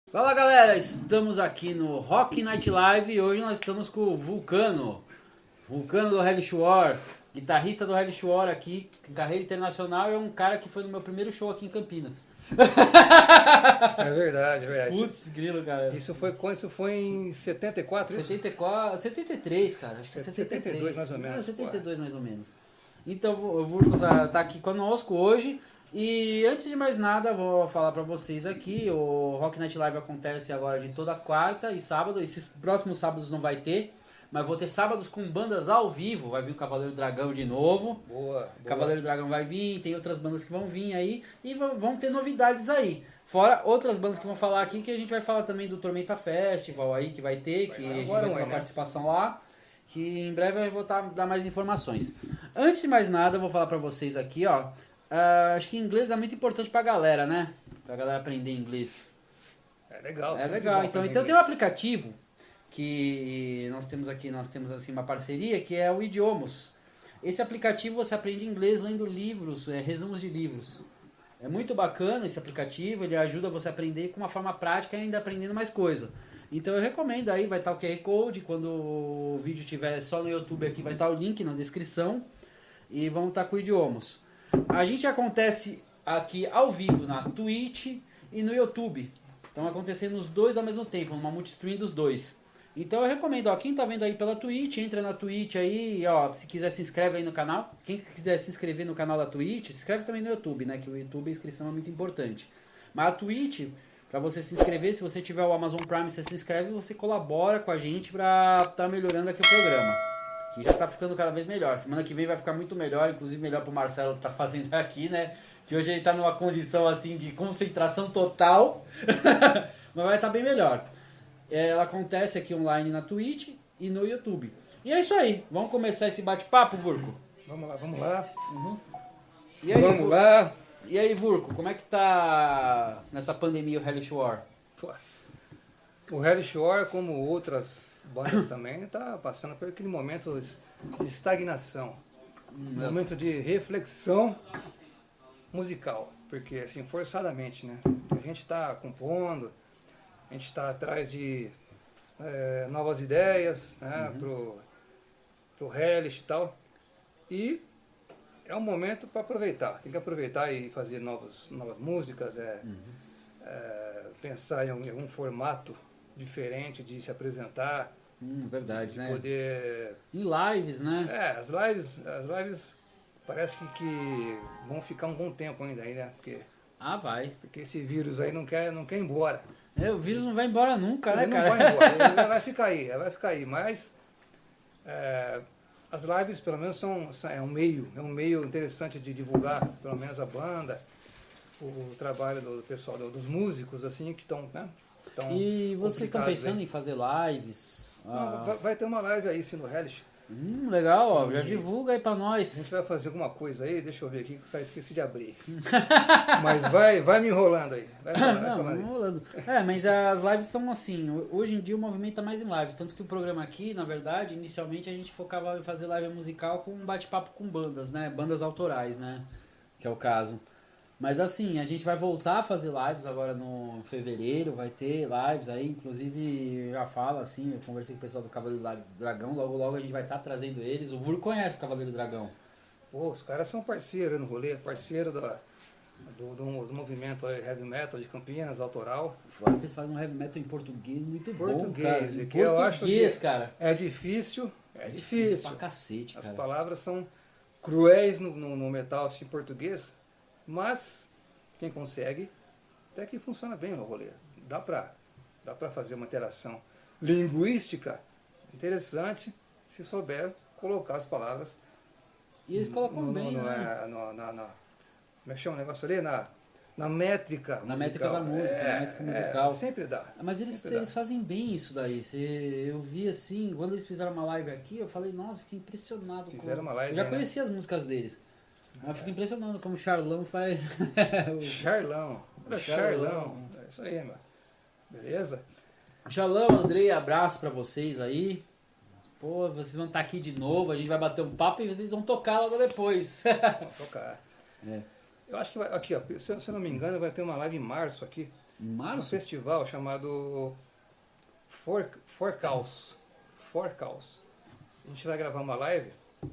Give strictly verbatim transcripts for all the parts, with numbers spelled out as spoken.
Fala galera, estamos aqui no Rock Night Live e hoje nós estamos com o Vulcano, Vulcano do Hellish War, guitarrista do Hellish War aqui, carreira internacional, e é um cara que foi no meu primeiro show aqui em Campinas. É verdade, é verdade. Putz, grilo, cara. Isso foi quando? Isso foi em setenta e quatro? setenta e quatro, setenta e três, cara, acho que é setenta e dois mais ou menos. É, setenta e dois mais ou menos. Então o Vulcano tá, tá aqui conosco hoje. E antes de mais nada, vou falar pra vocês aqui, o Rock Night Live acontece agora de toda quarta e sábado. Esses próximos sábados não vai ter, mas vou ter sábados com bandas ao vivo. Vai vir o Cavaleiro Dragão de novo. Boa, boa. Cavaleiro Dragão vai vir, tem outras bandas que vão vir aí e vão ter novidades aí. Fora outras bandas que vão falar aqui, que a gente vai falar também do Tormenta Festival aí, que vai ter, que a gente vai ter uma participação lá. Que em breve eu vou dar mais informações. Antes de mais nada, eu vou falar pra vocês aqui, ó. Uh, acho que inglês é muito importante pra galera, né? Pra galera aprender inglês. É legal. É legal. Então, então tem um aplicativo que nós temos aqui, nós temos assim uma parceria, que é o Idiomos. Esse aplicativo você aprende inglês lendo livros, é, resumos de livros. É muito bacana esse aplicativo, ele ajuda você a aprender com uma forma prática e ainda aprendendo mais coisa. Então eu recomendo aí, vai estar o Q R Code, quando o vídeo estiver só no YouTube aqui vai estar o link na descrição e vamos estar com o Idiomos. A gente acontece aqui ao vivo na Twitch e no YouTube. Estão acontecendo os dois ao mesmo tempo, uma multistream dos dois. Então eu recomendo, ó, quem tá vendo aí pela Twitch, entra na Twitch aí, ó, se quiser se inscreve aí no canal. Quem quiser se inscrever no canal da Twitch, se inscreve também no YouTube, né, que o YouTube a inscrição é muito importante. Mas a Twitch, para você se inscrever, se você tiver o Amazon Prime, você se inscreve e você colabora com a gente para tá melhorando aqui o programa. Que já tá ficando cada vez melhor. Semana que vem vai ficar muito melhor, inclusive melhor pro Marcelo que tá fazendo aqui, né? Que hoje ele tá numa condição assim de concentração total, mas vai estar tá bem melhor. É, ela acontece aqui online na Twitch e no YouTube. E é isso aí. Vamos começar esse bate-papo, Vurco? Vamos lá, vamos lá. Uhum. E aí, vamos Vurco? lá. E aí, Vurco, como é que tá nessa pandemia o Hellish War? O Hellish War, como outras bandas também, está passando por aquele momento de estagnação. Um momento de reflexão musical. Porque, assim, forçadamente, né? A gente está compondo, a gente está atrás de é, novas ideias, né? Uhum. Pro, pro Hellish e tal. E é um momento para aproveitar. Tem que aproveitar e fazer novas, novas músicas, é, uhum. é, pensar em algum formato diferente de se apresentar. Hum, verdade, de né? Poder... Em lives, né? É, as lives, as lives parece que, que vão ficar um bom tempo ainda aí, né? Porque, ah, vai. Porque esse vírus aí não quer, não quer ir embora. É, o vírus não vai embora nunca, ele né, não cara? Vai embora, ele vai ficar aí, vai ficar aí. Mas é, as lives, pelo menos, são, é um meio, é um meio interessante de divulgar, pelo menos, a banda, o, o trabalho do pessoal, dos músicos, assim, que estão, né? E vocês estão pensando aí. em fazer lives? Ah. Não, vai ter uma live aí sim no Hellish. Hum, legal, ó, já divulga aí pra nós. A gente vai fazer alguma coisa aí, deixa eu ver aqui, que eu esqueci de abrir. Mas vai, vai me enrolando aí. Vai falando, não, vai me enrolando. É, mas as lives são assim, hoje em dia o movimento tá mais em lives, tanto que o programa aqui, na verdade, inicialmente a gente focava em fazer live musical com um bate-papo com bandas, né, bandas autorais, né, que é o caso. Mas assim, a gente vai voltar a fazer lives agora no fevereiro, vai ter lives aí, inclusive já falo assim, eu conversei com o pessoal do Cavaleiro Dragão, logo logo a gente vai estar trazendo eles. O Vuro conhece o Cavaleiro Dragão. Pô, os caras são parceiros no rolê, parceiro do, do, do, do movimento heavy metal de Campinas, autoral. Fora que eles fazem um heavy metal em português muito português, bom, cara. Em que eu acho que cara. É difícil, é, é difícil. difícil pra cacete, cara. As palavras são cruéis no, no, no metal assim, português. Mas quem consegue, até que funciona bem no rolê. Dá pra, dá pra fazer uma interação linguística interessante se souber colocar as palavras. E eles colocam no, bem, no, né? No, na, na, como é que chama o negócio ali? Na, na métrica Na musical. métrica da música, é, na métrica musical. É, sempre dá. Mas eles, sempre eles dá. fazem bem isso daí. Eu vi assim, quando eles fizeram uma live aqui, eu falei, nossa, fiquei impressionado. Fizeram com... uma live, Eu já né? conhecia as músicas deles. Eu fico impressionado como o Charlão faz. Charlão. Olha, Charlão. Charlão. É isso aí, mano. Beleza? Charlão, Andrei, abraço pra vocês aí. Pô, vocês vão estar aqui de novo, a gente vai bater um papo e vocês vão tocar logo depois. Vão tocar. É. Eu acho que vai, aqui, ó, se eu não me engano, vai ter uma live em março aqui. Em Um março? festival chamado For, Forcaus. Forcaus. A gente vai gravar uma live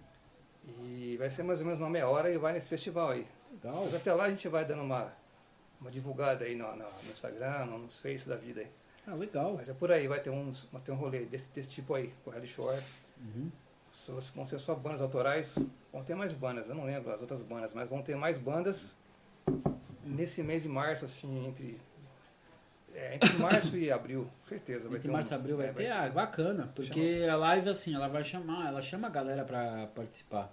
e vai ser mais ou menos uma meia hora e vai nesse festival aí. Legal. Mas até lá a gente vai dando uma, uma divulgada aí no, no, no Instagram, no Face da vida aí. Ah, legal. Mas é por aí, vai ter, uns, vai ter um rolê desse, desse tipo aí, com o Rally Shore. Uhum. Só- Vão ser só bandas autorais. Vão ter mais bandas, eu não lembro as outras bandas, mas vão ter mais bandas nesse mês de março, assim, entre, é, entre março e abril, certeza. Vai Entre ter março e um- abril vai é, ter? Ah, bacana. Porque a live, assim, ela vai chamar, ela chama a galera pra participar.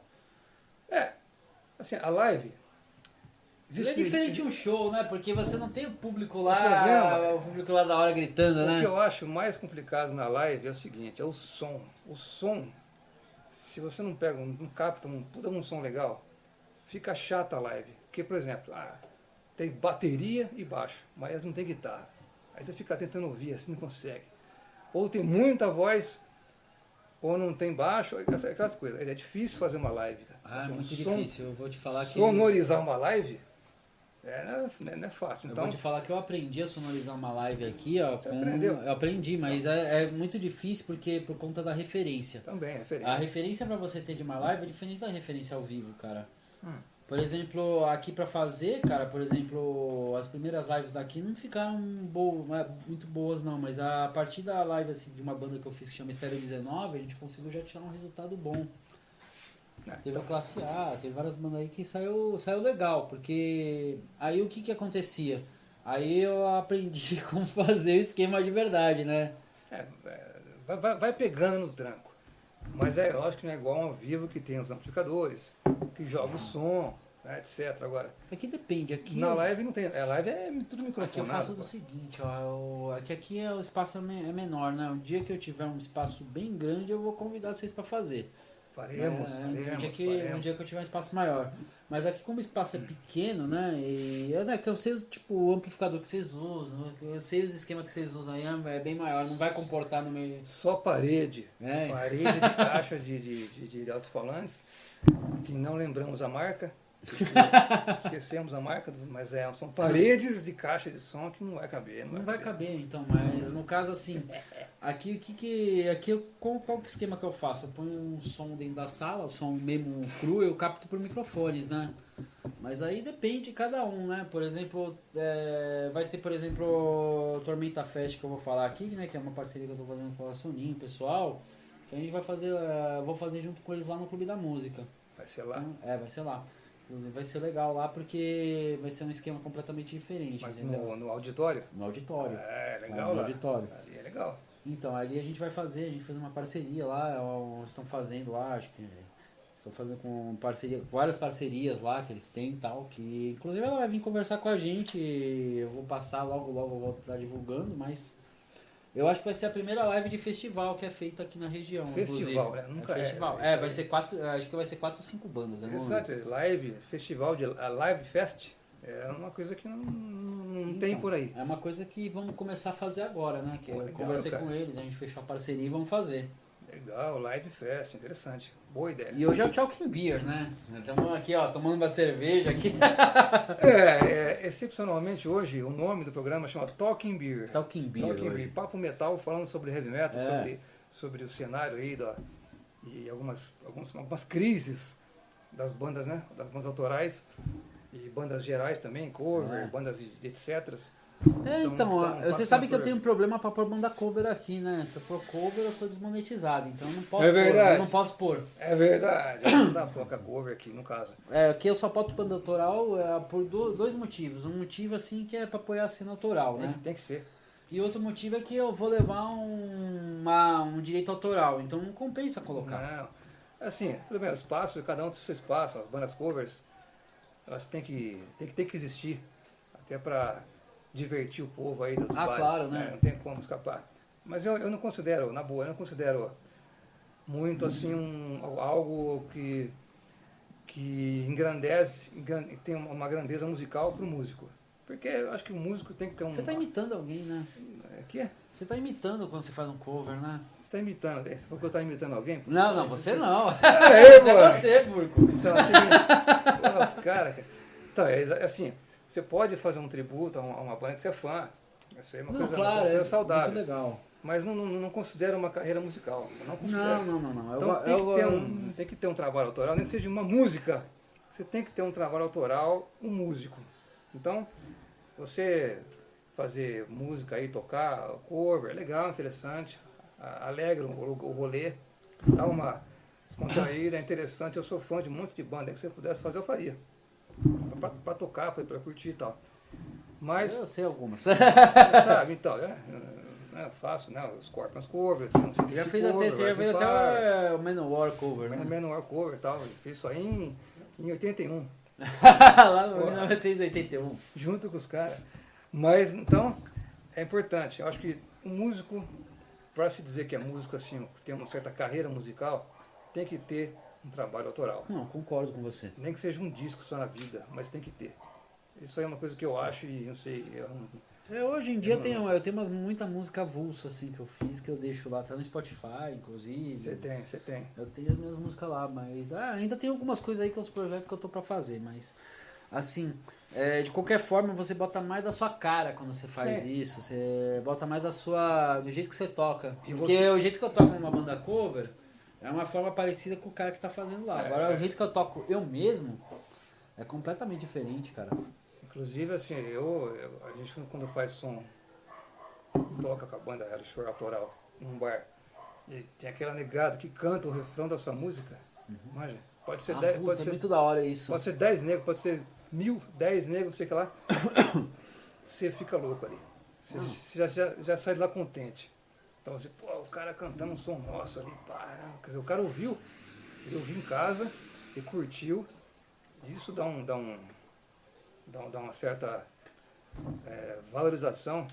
É, assim, a live... Isso é diferente de um show, né? Porque você não tem o público lá, problema- o público lá da hora gritando, O que né? eu acho mais complicado na live é o seguinte, é o som. O som, se você não pega, um- não capta um puta um som legal, fica chata a live. Porque, por exemplo, ah, tem bateria e baixo, mas não tem guitarra. Aí você fica tentando ouvir, assim não consegue. Ou tem muita voz, ou não tem baixo, aquelas, aquelas coisas. É difícil fazer uma live. Cara. Ah, é Assim, um muito som- difícil. Eu vou te falar que... Sonorizar uma live é, não, é, não é fácil. Eu Então, vou te falar que eu aprendi a sonorizar uma live aqui, ó. Você com- aprendeu? Eu aprendi, mas é, é muito difícil porque por conta da referência. também, referência. A referência pra você ter de uma live é diferente da referência ao vivo, cara. Hum. Por exemplo, aqui pra fazer, cara, por exemplo, as primeiras lives daqui não ficaram bo não é muito boas não, mas a partir da live assim, de uma banda que eu fiz que chama Estéreo dezenove, a gente conseguiu já tirar um resultado bom. É, Teve então, a Classe A, teve várias bandas aí que saiu, saiu legal, porque aí o que que acontecia? Aí eu aprendi como fazer o esquema de verdade, né? É, é, vai, vai- vai pegando no tranco. Mas é lógico que não é igual ao vivo que tem os amplificadores, que joga o som, né, etcétera. Agora, Aqui depende, aqui na eu- live não tem. A live é tudo Aqui microfonado. eu faço do pô. seguinte, ó, eu- aqui, aqui é, o espaço é me- é menor, né? O dia que eu tiver um espaço bem grande, eu vou convidar vocês pra fazer. Faremos, É, faremos, um, dia que, faremos. um dia que eu tiver um espaço maior. Mas aqui como o espaço é pequeno, né? E é, né, que eu sei tipo, o amplificador que vocês usam, eu sei os esquemas que vocês usam aí, é bem maior, não vai comportar no meio. Só parede. É. Parede de caixas de, de, de, de alto-falantes, que não lembramos a marca. Esquecemos a marca, mas é, são paredes de caixa de som que não vai caber. Não vai caber, então, mas no caso assim, aqui o que que. Aqui eu, qual, qual que é o esquema que eu faço? Eu ponho um som dentro da sala, o som mesmo cru, eu capto por microfones, né? Mas aí depende de cada um, né? Por exemplo, é, vai ter, por exemplo, o Tormenta Fest que eu vou falar aqui, né? Que é uma parceria que eu tô fazendo com a Soninho, pessoal. Que a gente vai fazer. é, Vou fazer junto com eles lá no Clube da Música. Vai ser lá. Então, é, vai ser lá. Inclusive vai ser legal lá porque vai ser um esquema completamente diferente, Mas entendeu? no, no auditório? No auditório. É, Lá legal no lá. auditório. Ali é legal. Então, ali a gente vai fazer, a gente fez uma parceria lá, ó, estão fazendo lá, acho que estão fazendo com parceria, várias parcerias lá que eles têm e tal, que inclusive ela vai vir conversar com a gente, eu vou passar logo, logo, eu vou estar divulgando, mas eu acho que vai ser a primeira live de festival que é feita aqui na região. Festival, inclusive. né? Nunca é é, festival. é É, isso vai aí. ser quatro, acho que vai ser quatro ou cinco bandas, né? Não- Interessante, live, festival de a live fest é uma coisa que não, não não tem Então, por aí. É uma coisa que vamos começar a fazer agora, né? Que Pô, eu legal, conversei cara. com eles, a gente fechou a parceria e vamos fazer. Legal, live fest, interessante. Boa ideia. E hoje é o Talking Beer, né? Estamos aqui, ó, tomando uma cerveja aqui. É, é, excepcionalmente hoje o nome do programa chama Talking Beer. Talking Beer Talking hoje. Beer, papo metal, falando sobre heavy metal, É. sobre, sobre o cenário aí da, e algumas, algumas, algumas crises das bandas, né? Das bandas autorais e bandas gerais também, cover, É. bandas de, de etcétera. É, Então, então, então, você passa sabe que eu por- tenho um problema pra pôr banda cover aqui, né? Se eu pôr cover, eu sou desmonetizado, então eu não posso É pôr. verdade. Eu não posso pôr. É verdade, não dá pra colocar cover aqui no caso. É, aqui eu só boto banda autoral é, por do- dois motivos. Um motivo, assim, que é pra apoiar a cena autoral, Tem, né? tem que ser. E outro motivo é que eu vou levar um, uma- um direito autoral, então não compensa colocar. Não. Assim, tudo bem, o espaço, cada um tem o seu espaço, as bandas covers, elas têm que, têm que, têm que existir, até pra divertir o povo aí dos Ah, bares, claro, né? Não tem como escapar. Mas eu, eu não considero, na boa, eu não considero muito assim um, algo que, que engrandece, engran- tem uma grandeza musical pro músico. Porque eu acho que o músico tem que ter um... Você tá imitando alguém, né? É, que é? Você tá imitando quando você faz um cover, né? Você tá imitando, você falou que eu tá imitando alguém? Não, não, você não. É, Você é mano. você, Burco. Então, assim, pô, os caras, cara. Então, é exa- assim, você pode fazer um tributo a uma, a uma banda que você é fã, Isso aí é uma Não, coisa, claro, uma coisa é saudável. muito legal. Mas não, não, não considero uma carreira musical. Não, considero. Não, não, não, não. Eu, Então tem, eu, que ter eu- um, tem que ter um trabalho autoral, nem que seja uma música. Você tem que ter um trabalho autoral, um músico. Então, você fazer música aí, tocar, cover, é legal, interessante, a- alegra o, o rolê, dá uma descontraída, é interessante. Eu sou fã de um monte de banda, aí que se eu pudesse fazer, eu faria. Pra, pra tocar, pra, pra curtir e tal. Mas, eu sei algumas. sabe, então, é, não é fácil, né? Os Scorpions cover, não sei Você se já esse fez até, cover, você já Rising fez até Fire, o, o Manowar cover, né? Menor cover e tal. Eu fiz isso aí em, em oitenta e um, Lá no Pô. mil novecentos e oitenta e um. junto com os caras. Mas, então, é importante. Eu acho que um músico, para se dizer que é músico, assim, que tem uma certa carreira musical, tem que ter um trabalho autoral. Não, concordo com você. Nem que seja um disco só na vida, mas tem que ter. Isso aí é uma coisa que eu acho e não sei. Eu não, É, hoje em dia Eu eu não- tenho, eu tenho umas, muita música avulso assim que eu fiz, que eu deixo lá, tá no Spotify, inclusive. você tem, você tem. Eu tenho as minhas músicas lá, mas ah, ainda tem algumas coisas aí que os projetos que eu tô pra fazer, mas assim, é, de qualquer forma você bota mais da sua cara quando você faz É. isso, você bota mais da sua, do jeito que você toca. E Porque você- o jeito que eu toco numa banda cover é uma forma parecida com o cara que tá fazendo lá. É. Agora o jeito que eu toco eu mesmo é completamente diferente, cara. Inclusive, assim, eu, eu- a gente quando faz som, toca com a banda Hell Shore autoral num bar, e tem aquela negada que canta o refrão da sua música, imagina, pode ser Ah, dez, puta, pode é ser, muito da hora isso. pode ser dez negros, pode ser mil, dez negros, não sei o que lá, você fica louco ali, você, Não. você já, já, já sai de lá contente. Então você, pô, o cara cantando um som nosso ali, pá, quer dizer, o cara ouviu, ele ouviu em casa, e curtiu, isso dá um, dá um, dá, um- dá uma certa é, valorização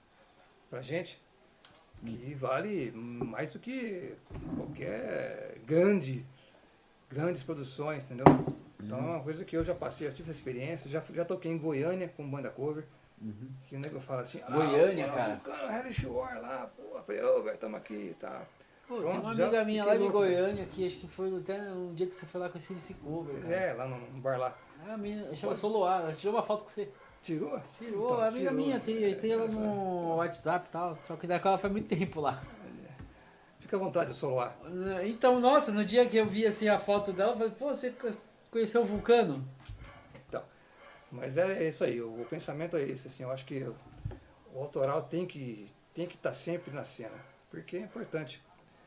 pra gente, que vale mais do que qualquer grande, grandes produções, entendeu? Então é uma coisa que eu já passei, eu tive essa experiência, já, fui- já toquei em Goiânia com banda cover, Uhum. que o nego fala assim, Goiânia, ah, cara. o cara Hell Shore lá, pô, eu falei, ô, velho, tamo aqui e tal. Pô, Pronto, tem uma já amiga minha fiquei lá de louco, Goiânia que acho que foi até um dia que você foi lá com esse, esse cover, Pois cara. é, lá no, no bar lá. Ah, a menina chama Pode- Soloar, ela tirou uma foto com você. Tirou? Tirou, Então, a amiga tirou. minha, tem, tem ela É, no WhatsApp e tal, troca ideia com ela faz muito tempo lá. Fica à vontade, Soloar. Então, nossa, no dia que eu vi assim a foto dela, eu falei, pô, você conheceu o Vulcano? Então, mas é, é isso aí, o, o pensamento é esse, assim, eu acho que o autoral tem que tem que estar sempre na cena, porque é importante.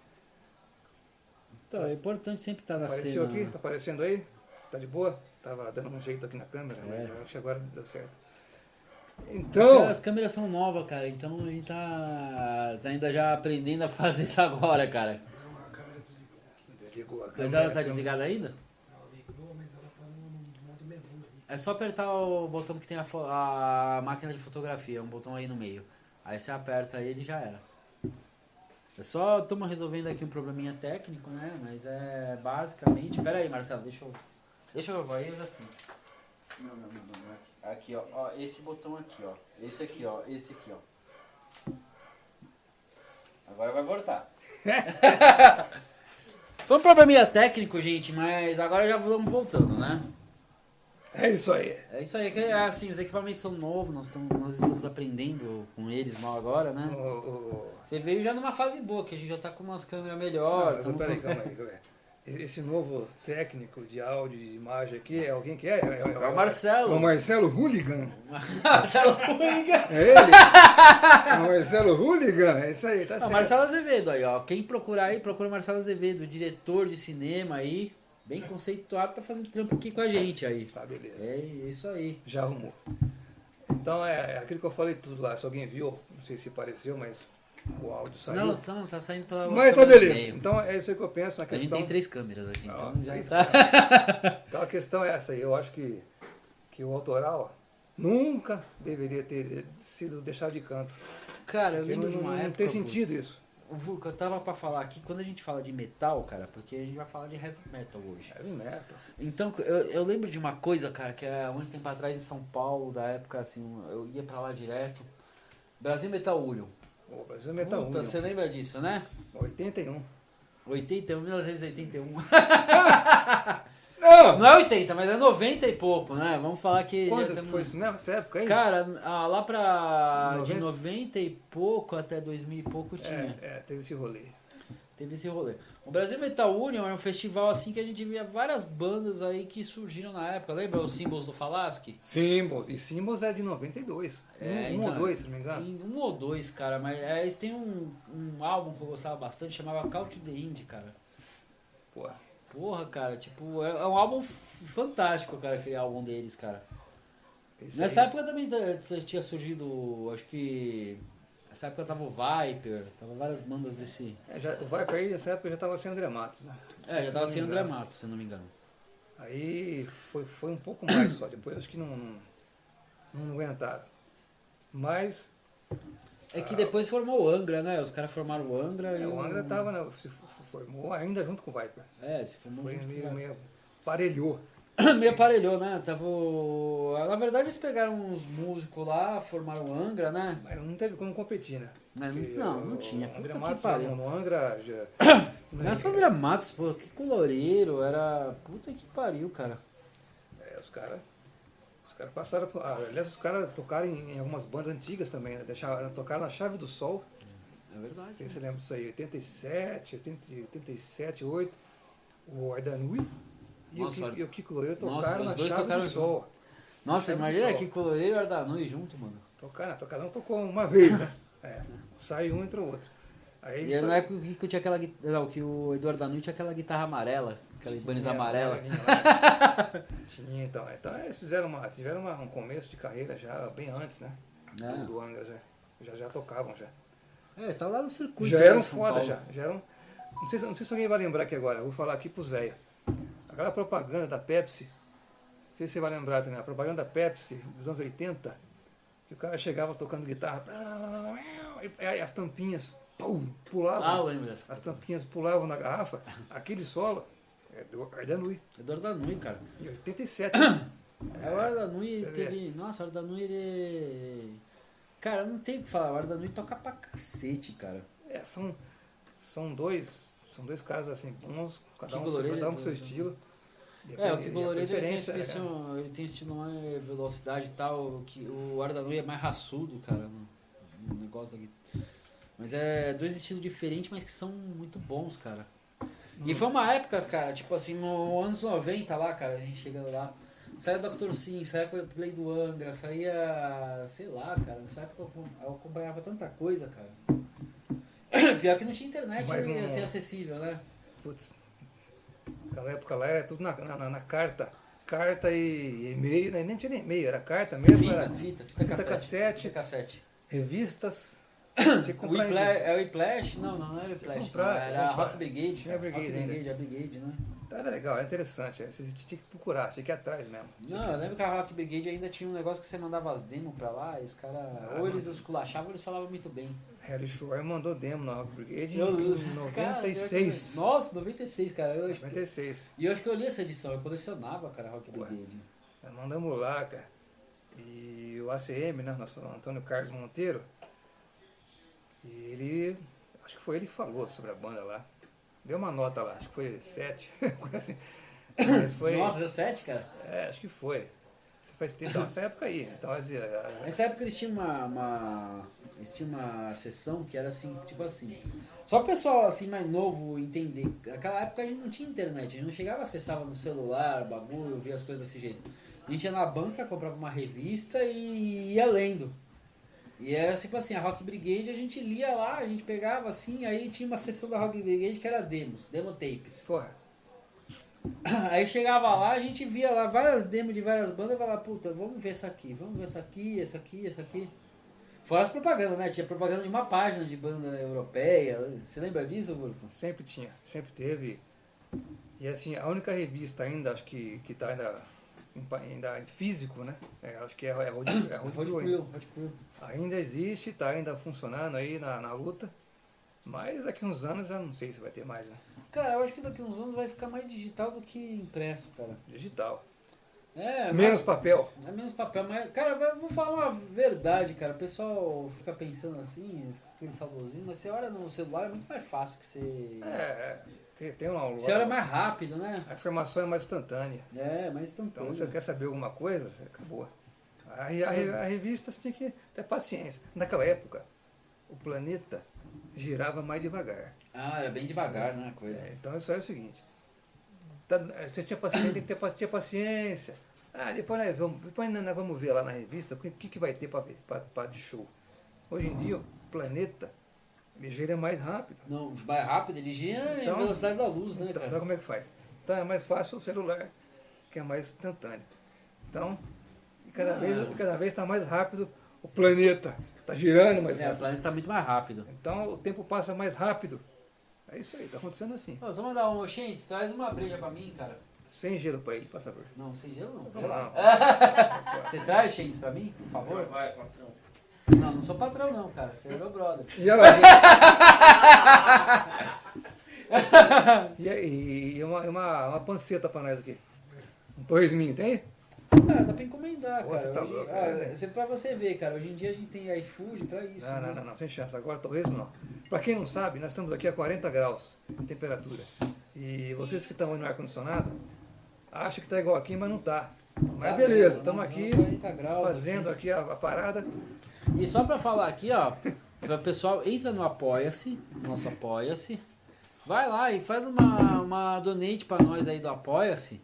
Então, é importante sempre estar na Apareceu cena. aqui? Tá aparecendo aí? Tá de boa? Tava dando um jeito aqui na câmera, mas É. eu acho que agora deu certo. Porque Então, as câmeras são novas, cara, então a gente tá, tá ainda já aprendendo a fazer isso agora, cara. Não, a câmera desligou. desligou a câmera. Mas ela tá a câmera- desligada ainda? Não, ligou, mas ela tá no modo menu ali. É só apertar o botão que tem a, fo- a máquina de fotografia, um botão aí no meio. Aí você aperta ele e já era. É só, estamos resolvendo aqui um probleminha técnico, né? Mas é basicamente... Pera aí, Marcelo, deixa eu... Deixa eu... Aí eu já sinto. Não, não, não, não. Aqui, aqui ó, ó. Esse botão aqui, ó. Esse aqui, ó. Esse aqui, ó. Agora vai voltar. Foi um probleminha técnico, gente, mas agora já vamos voltando, né? É isso aí. É isso aí, que é assim, os equipamentos são novos, nós estamos, nós estamos aprendendo com eles mal agora, né? O, o, Você veio já numa fase boa, que a gente já tá com umas câmeras Não, melhores. mas tamo peraí, com- calma aí, calma aí. Esse novo técnico de áudio e imagem aqui é alguém que é? É, é, É o Marcelo. É o Marcelo Hooligan. Marcelo Hooligan. É ele? É o Marcelo Hooligan. É isso aí, tá Ah, certo. Marcelo Azevedo aí, ó. Quem procurar aí, procura o Marcelo Azevedo, diretor de cinema aí, bem conceituado, tá fazendo trampo aqui com a gente aí. Tá, beleza. É isso aí. Já arrumou. Então é, é aquilo que eu falei tudo lá. Se alguém viu, não sei se pareceu, mas o áudio saiu. Não, não, tá saindo pela mas tá câmera do beleza. meio. Então é isso aí que eu penso na A gente questão. tem três câmeras aqui, Ah, então já três tá. Então a questão é essa aí. Eu acho que, que o autoral nunca deveria ter sido deixado de canto. Cara, eu Porque lembro não, de uma não, não época. tem Vu, sentido isso. O Vulca, eu tava pra falar aqui, quando a gente fala de metal, cara, porque a gente vai falar de heavy metal hoje. Heavy metal. Então, eu, eu lembro de uma coisa, cara, que há muito tempo atrás em São Paulo, da época, assim, eu ia pra lá direto. Brasil Metal Union. O Brasil Metal Puta, Union. você lembra disso, né? oitenta e um. oitenta e um, mil novecentos e oitenta e um. Não, Não! Não é oitenta, mas é noventa e pouco, né? Vamos falar que... já Quando que temos- foi isso mesmo? Essa época aí? Cara, ah, lá pra... de noventa? noventa e pouco até dois mil e pouco tinha. É, é, teve esse rolê. Teve esse rolê. O Brasil Metal Union era um festival assim que a gente via várias bandas aí que surgiram na época. Lembra os símbolos do Falasque? Symbols. E Symbols é de noventa e dois. É, um, um então, ou dois, se não me engano. Tem um ou dois, cara, mas é, eles têm um, um álbum que eu gostava bastante, chamava Count the Indie, cara. Pô, Porra, cara, tipo, é, é um álbum f- fantástico, cara, aquele álbum deles, cara. esse Nessa aí- época também t- t- tinha surgido, acho que... Nessa época tava o Viper, tava várias bandas desse... É, já, o Viper aí, nessa época já tava sem André Matos, né? É, já Se tava não sem me André engano. Matos, se eu não me engano. Aí foi, foi um pouco mais só, depois acho que não, não, não aguentaram. Mas É que depois formou o Angra, né? Os caras formaram o Angra e é, o Angra tava, né, se f- formou ainda junto com o Viper. É, se formou Foi junto com o meio, Angra. meio parelhou. Meio aparelhou, né? Tava... o- Na verdade eles pegaram uns músicos lá, formaram o Angra, né? Mas não teve como competir, né? Mas Porque não, não o tinha. André Puta que Matos pariu. no Angra já... Não é só André Matos, pô, que coloreiro, era... Puta que pariu, cara. É, os caras... Os caras passaram... por- ah, aliás, os caras tocaram em, em algumas bandas antigas também, né? Deixaram, tocaram na Chave do Sol. É verdade. Não sei se você lembra disso aí. oitenta e sete, oitenta, oitenta e sete, oito. O Ardanui e, o Nossa, Ki- o Ar- e o Kiko Loureiro Nossa, tocaram os na dois Chave tocaram do Sol. Nossa, Chave do imagina Sol. que coloreiro e Ardanui junto, mano. Tocaram, tocaram, não tocou uma vez, né? É, sai um, entra o outro. Aí E na época que tinha aquela guitarra... Não, que o Eduardo Danui tinha aquela guitarra amarela, aquela Ibanez amarela. Tinha, então. Então eles fizeram uma, tiveram uma- um começo de carreira já bem antes, né? É. Do Angra já. Já, já tocavam já. É, eles estavam lá no circuito. Já né, eram de São foda Paulo. já. Já eram. Não sei, se- não sei se alguém vai lembrar aqui agora, eu vou falar aqui pros velhos. Aquela propaganda da Pepsi, não sei se você vai lembrar também, a propaganda da Pepsi dos anos oitenta, que o cara chegava tocando guitarra, e aí as tampinhas pum, pulavam. Ah, eu lembro dessa. As tampinhas pulavam na garrafa, aquele solo é do Ardanui, Eduardo Danui, cara. em oitenta e sete. É, o Ardanui você teve... Nossa, o Ardanui, ele... Cara, não tem o que falar. O Ardanui toca pra cacete, cara. É, são, são dois, são dois caras assim, bons, cada Kiko um, Loureiro cada um é com seu do- estilo. E a- É, o e Kiko a Loureiro ele tem, preferência, estilo, ele tem estilo mais velocidade e tal. O, que, o Ardanui é mais raçudo, cara, no, no negócio da guitarra. Mas é dois estilos diferentes, mas que são muito bons, cara. E foi uma época, cara, tipo assim, nos anos noventa lá, cara, a gente chegando lá. Saía doutor Sim, saía com o Play do Angra, saía, sei lá, cara, nessa época eu eu acompanhava tanta coisa, cara. Pior que não tinha internet Mas um- assim, acessível, né? Putz, naquela época lá era tudo na, na, na carta. Carta e e-mail, né? Nem tinha nem e-mail, era carta mesmo, Fita, era fita, fita, fita cassete. cassete. Fita cassete. revistas. Tinha que O comprar Whiplash, revista. é o Whiplash? Não, não, não era o Whiplash. comprar, não, tinha que era a comprar. Rock Brigade. Tinha a cara. Brigade Rock ainda. Brigade, a Brigade, né? Era legal, era interessante. Você tinha que procurar, tinha que ir atrás mesmo. Não, eu lembro que a Rock Brigade ainda tinha um negócio que você mandava as demos pra lá e os caras. ou eles esculachavam ou eles falavam muito bem. Harry Shore mandou demo na Rock Brigade Eu- em cara, noventa e seis. Nossa, noventa e seis, cara. Eu acho que- noventa e seis. E eu acho que eu li essa edição, eu colecionava, cara, a Rock Ué. Brigade. Nós mandamos lá, cara. E o A C M, né? Nosso Antônio Carlos Monteiro. E ele. Acho que foi ele que falou sobre a banda lá. Deu uma nota lá, acho que foi sete. coisa assim. Mas foi. Nossa, deu sete, cara. É, acho que foi. Isso faz tempo, então, nessa época aí. Então, assim, a- Nessa época eles tinham uma, uma. Eles tinham uma sessão que era assim, tipo assim. Só o pessoal assim mais novo entender. Naquela época a gente não tinha internet, a gente não chegava, acessava no celular, bagulho, via as coisas desse jeito. A gente ia na banca, comprava uma revista e ia lendo. E era tipo assim, a Rock Brigade a gente lia lá, a gente pegava assim, aí tinha uma sessão da Rock Brigade que era demos, demo tapes. porra, Aí chegava lá, a gente via lá várias demos de várias bandas e falava, puta, vamos ver essa aqui, vamos ver essa aqui, essa aqui, essa aqui. Fora as propagandas, né? Tinha propaganda de uma página de banda europeia. Você lembra disso, Burco? sempre tinha, sempre teve. E assim, a única revista ainda, acho que, que tá ainda em, pa- ainda em físico, né? É, acho que é, é Road, é Road Road Crew ainda. Crew, Road Crew. Ainda existe, tá ainda funcionando aí na, na luta. Mas daqui uns anos já não sei se vai ter mais, né? Cara, eu acho que daqui uns anos vai ficar mais digital do que impresso, cara. Digital. É, Menos mas- papel. É menos papel, mas, cara, eu vou falar uma verdade, cara. O pessoal fica pensando assim, fica com aquele saudosismo, mas você olha no celular é muito mais fácil que você. É, Tem, tem uma, Você olha mais rápido, né? a informação é mais instantânea. É, mais Então, instantâneo. você quer saber alguma coisa, você acabou. A, a, a revista você tinha que ter paciência. Naquela época, o planeta girava mais devagar. Ah, era bem devagar, né, a coisa. É, então isso aí é o seguinte. Tá, você tinha paciência, tem que ter pa- tinha paciência. Ah, depois, nós vamos, depois nós vamos ver lá na revista o que, que, que vai ter para de show. Hoje em dia, o planeta ele gira mais rápido. Não, mais rápido, ele gira Então, em velocidade da luz, né, Então, cara? então como é que faz? Então é mais fácil o celular, que é mais instantâneo. Então, cada Ah. vez cada vez está mais rápido o planeta. Está girando mais É, o rápido. planeta tá muito mais rápido. Então o tempo passa mais rápido. É isso aí, está acontecendo assim. Ô, só mandar um, gente, traz uma breja pra mim, cara. Sem gelo para ele, por favor. Não, sem gelo não. Vamos lá. Você traz, Shades, pra mim, por favor? Vai, patrão. Não, não sou patrão não, cara. Você é meu brother. E ela. e e, e uma, uma, uma panceta para nós aqui. Um torresminho, tem? Cara, dá pra encomendar, Pô, cara. você tá Hoje- louco, ah, né? é pra você ver, cara. Hoje em dia a gente tem iFood pra isso. Não, né? não, não, não, sem chance. Agora torresmo não. Para quem não sabe, nós estamos aqui a quarenta graus de temperatura. E vocês que estão aí no ar-condicionado, acham que está igual aqui, mas não está. Mas Tá beleza, mesmo, estamos não, aqui não, quarenta graus fazendo aqui a, a parada. E só pra falar aqui, ó, para o pessoal, entra no Apoia-se, nosso Apoia-se, vai lá e faz uma, uma donate pra nós aí do Apoia-se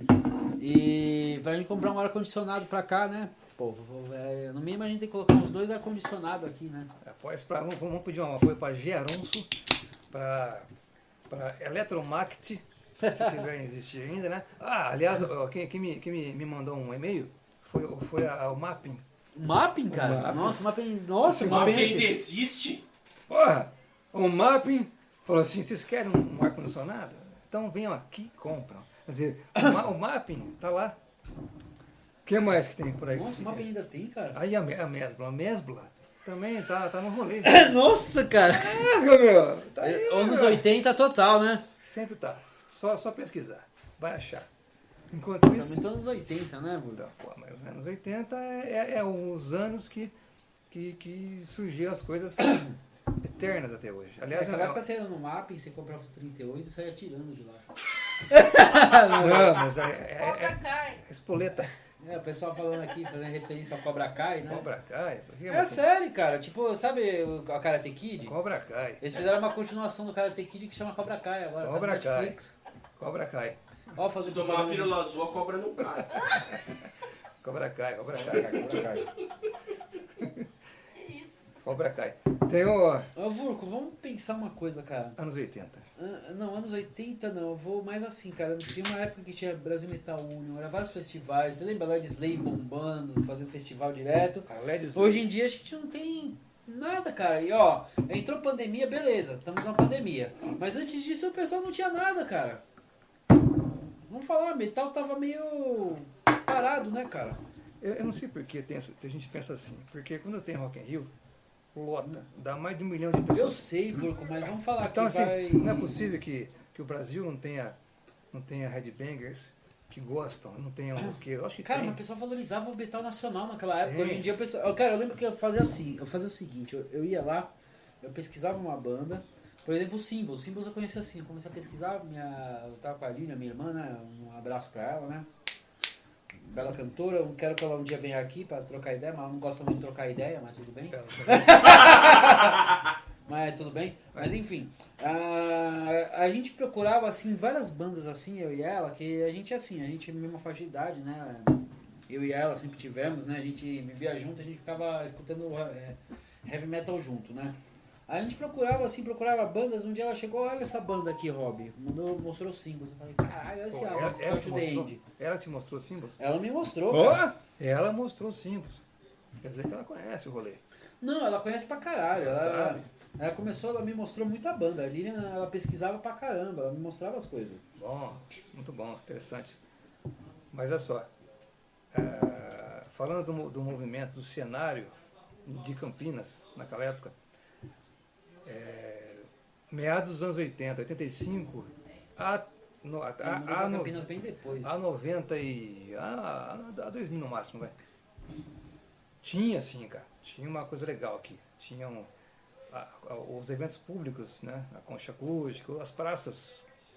e pra gente comprar um ar-condicionado pra cá, né? Pô, é, no mínimo a gente tem que colocar uns dois ar-condicionados aqui, né? Após pra, vamos, vamos pedir um apoio para Geronço, para Eletromact, se tiver existir ainda, né? Ah, aliás, ó, quem, quem, me, quem me, me mandou um e-mail foi, foi a, a, o Mapping. O Mapping, cara? O Mapping. Nossa, o Mapping... Nossa, o Mas Mapping... ainda existe? Porra! O Mapping falou assim, vocês querem um, um ar-condicionado? Então venham aqui e compram. Quer dizer, o, ma, o Mapping tá lá. O que mais que tem por aí? Nossa, o Mapping ainda tem, cara? Aí a, Me- a Mesbla, a Mesbla também tá, tá no rolê. Nossa, cara! Ah, meu, tá aí, Anos meu. oitenta total, né? Sempre tá. Só, só pesquisar. Vai achar. Enquanto Isso é isso... muito anos oitenta, né, Buda? Pô, mas os anos oitenta é, é, é os anos que, que, que surgiram as coisas eternas até hoje. Aliás, Naquela eu- época você ia no Mapping, você comprava o trinta e oito e saia tirando de lá. não, mas é, é, Cobra é, cai. espoleta. É, o pessoal falando aqui, fazendo referência ao Cobra Kai, né? Cobra cai. por que É você- sério, cara. Tipo, sabe o a Karate Kid? Cobra cai. Eles fizeram uma continuação do Karate Kid que chama Cobra Kai agora, Cobra sabe? Kai. Netflix. Cobra cai. Ó, fazer Se tomar uma propaganda. pílula azul, a cobra não cai. Cobra cai, cobra cai, cobra cai. Que isso? Cobra cai. Tem o Ô, Vurco, vamos pensar uma coisa, cara. anos oitenta. Ah, não, anos oitenta não, eu vou mais assim, cara. Tinha uma época que tinha Brasil Metal Union, era vários festivais. Você lembra lá de Slay bombando, fazendo festival direto? A L E D Hoje em dia a gente não tem nada, cara. E ó, entrou pandemia, beleza, estamos na pandemia. Mas antes disso o pessoal não tinha nada, cara. Vamos falar, metal tava meio parado, né, cara? Eu, eu não sei por que tem, essa- tem gente que pensa assim. Porque quando tem Rock in Rio, lota. Dá mais de um milhão de Eu pessoas. sei, Vurco, mas vamos falar Então, que assim, vai... não é possível que, que o Brasil não tenha, não tenha headbangers que gostam, não tenha um roqueiro. Eu acho que Cara, tem. mas o pessoal valorizava o metal nacional naquela época. Tem. Hoje em dia o pessoal. eu- Cara, eu lembro que eu fazia assim, eu fazia o seguinte, eu, eu ia lá, eu pesquisava uma banda, por exemplo, o Symbols. Symbols eu conhecia assim, eu comecei a pesquisar, minha, eu tava com a Lina, minha irmã, né? Um abraço pra ela, né? Bela cantora, eu quero que ela um dia venha aqui pra trocar ideia, mas ela não gosta muito de trocar ideia, mas tudo bem. Mas tudo bem. Mas enfim, a, a gente procurava assim várias bandas assim, eu e ela, que a gente assim, a gente é a mesma faixa de idade, né? Eu e ela sempre tivemos, né? A gente vivia junto, a gente ficava escutando é, heavy metal junto, né? A gente procurava assim, procurava bandas, um dia ela chegou, olha essa banda aqui, Rob, mandou, mostrou os singles. Eu falei, caralho, olha esse Pô, álbum, ela, ela, Touch te the mostrou, End. ela te mostrou símbolos? Ela me mostrou, Ó, cara. ela mostrou símbolos. Quer dizer que ela conhece o rolê. Não, ela conhece pra caralho. Ela Ela, sabe. ela começou, ela me mostrou muita banda. A Lilian, ela pesquisava pra caramba, ela me mostrava as coisas. Bom, muito bom, interessante. Mas olha só, é, falando do, mo- do movimento, do cenário de Campinas naquela época, é, meados dos anos oitenta, oitenta e cinco, a, no, a, Ela mudou a, pra a, no- Campinas bem depois. a noventa e a, a dois mil no máximo, vai. Tinha sim, cara, tinha uma coisa legal aqui. Tinham a- a- os eventos públicos, né? A concha acústica, as praças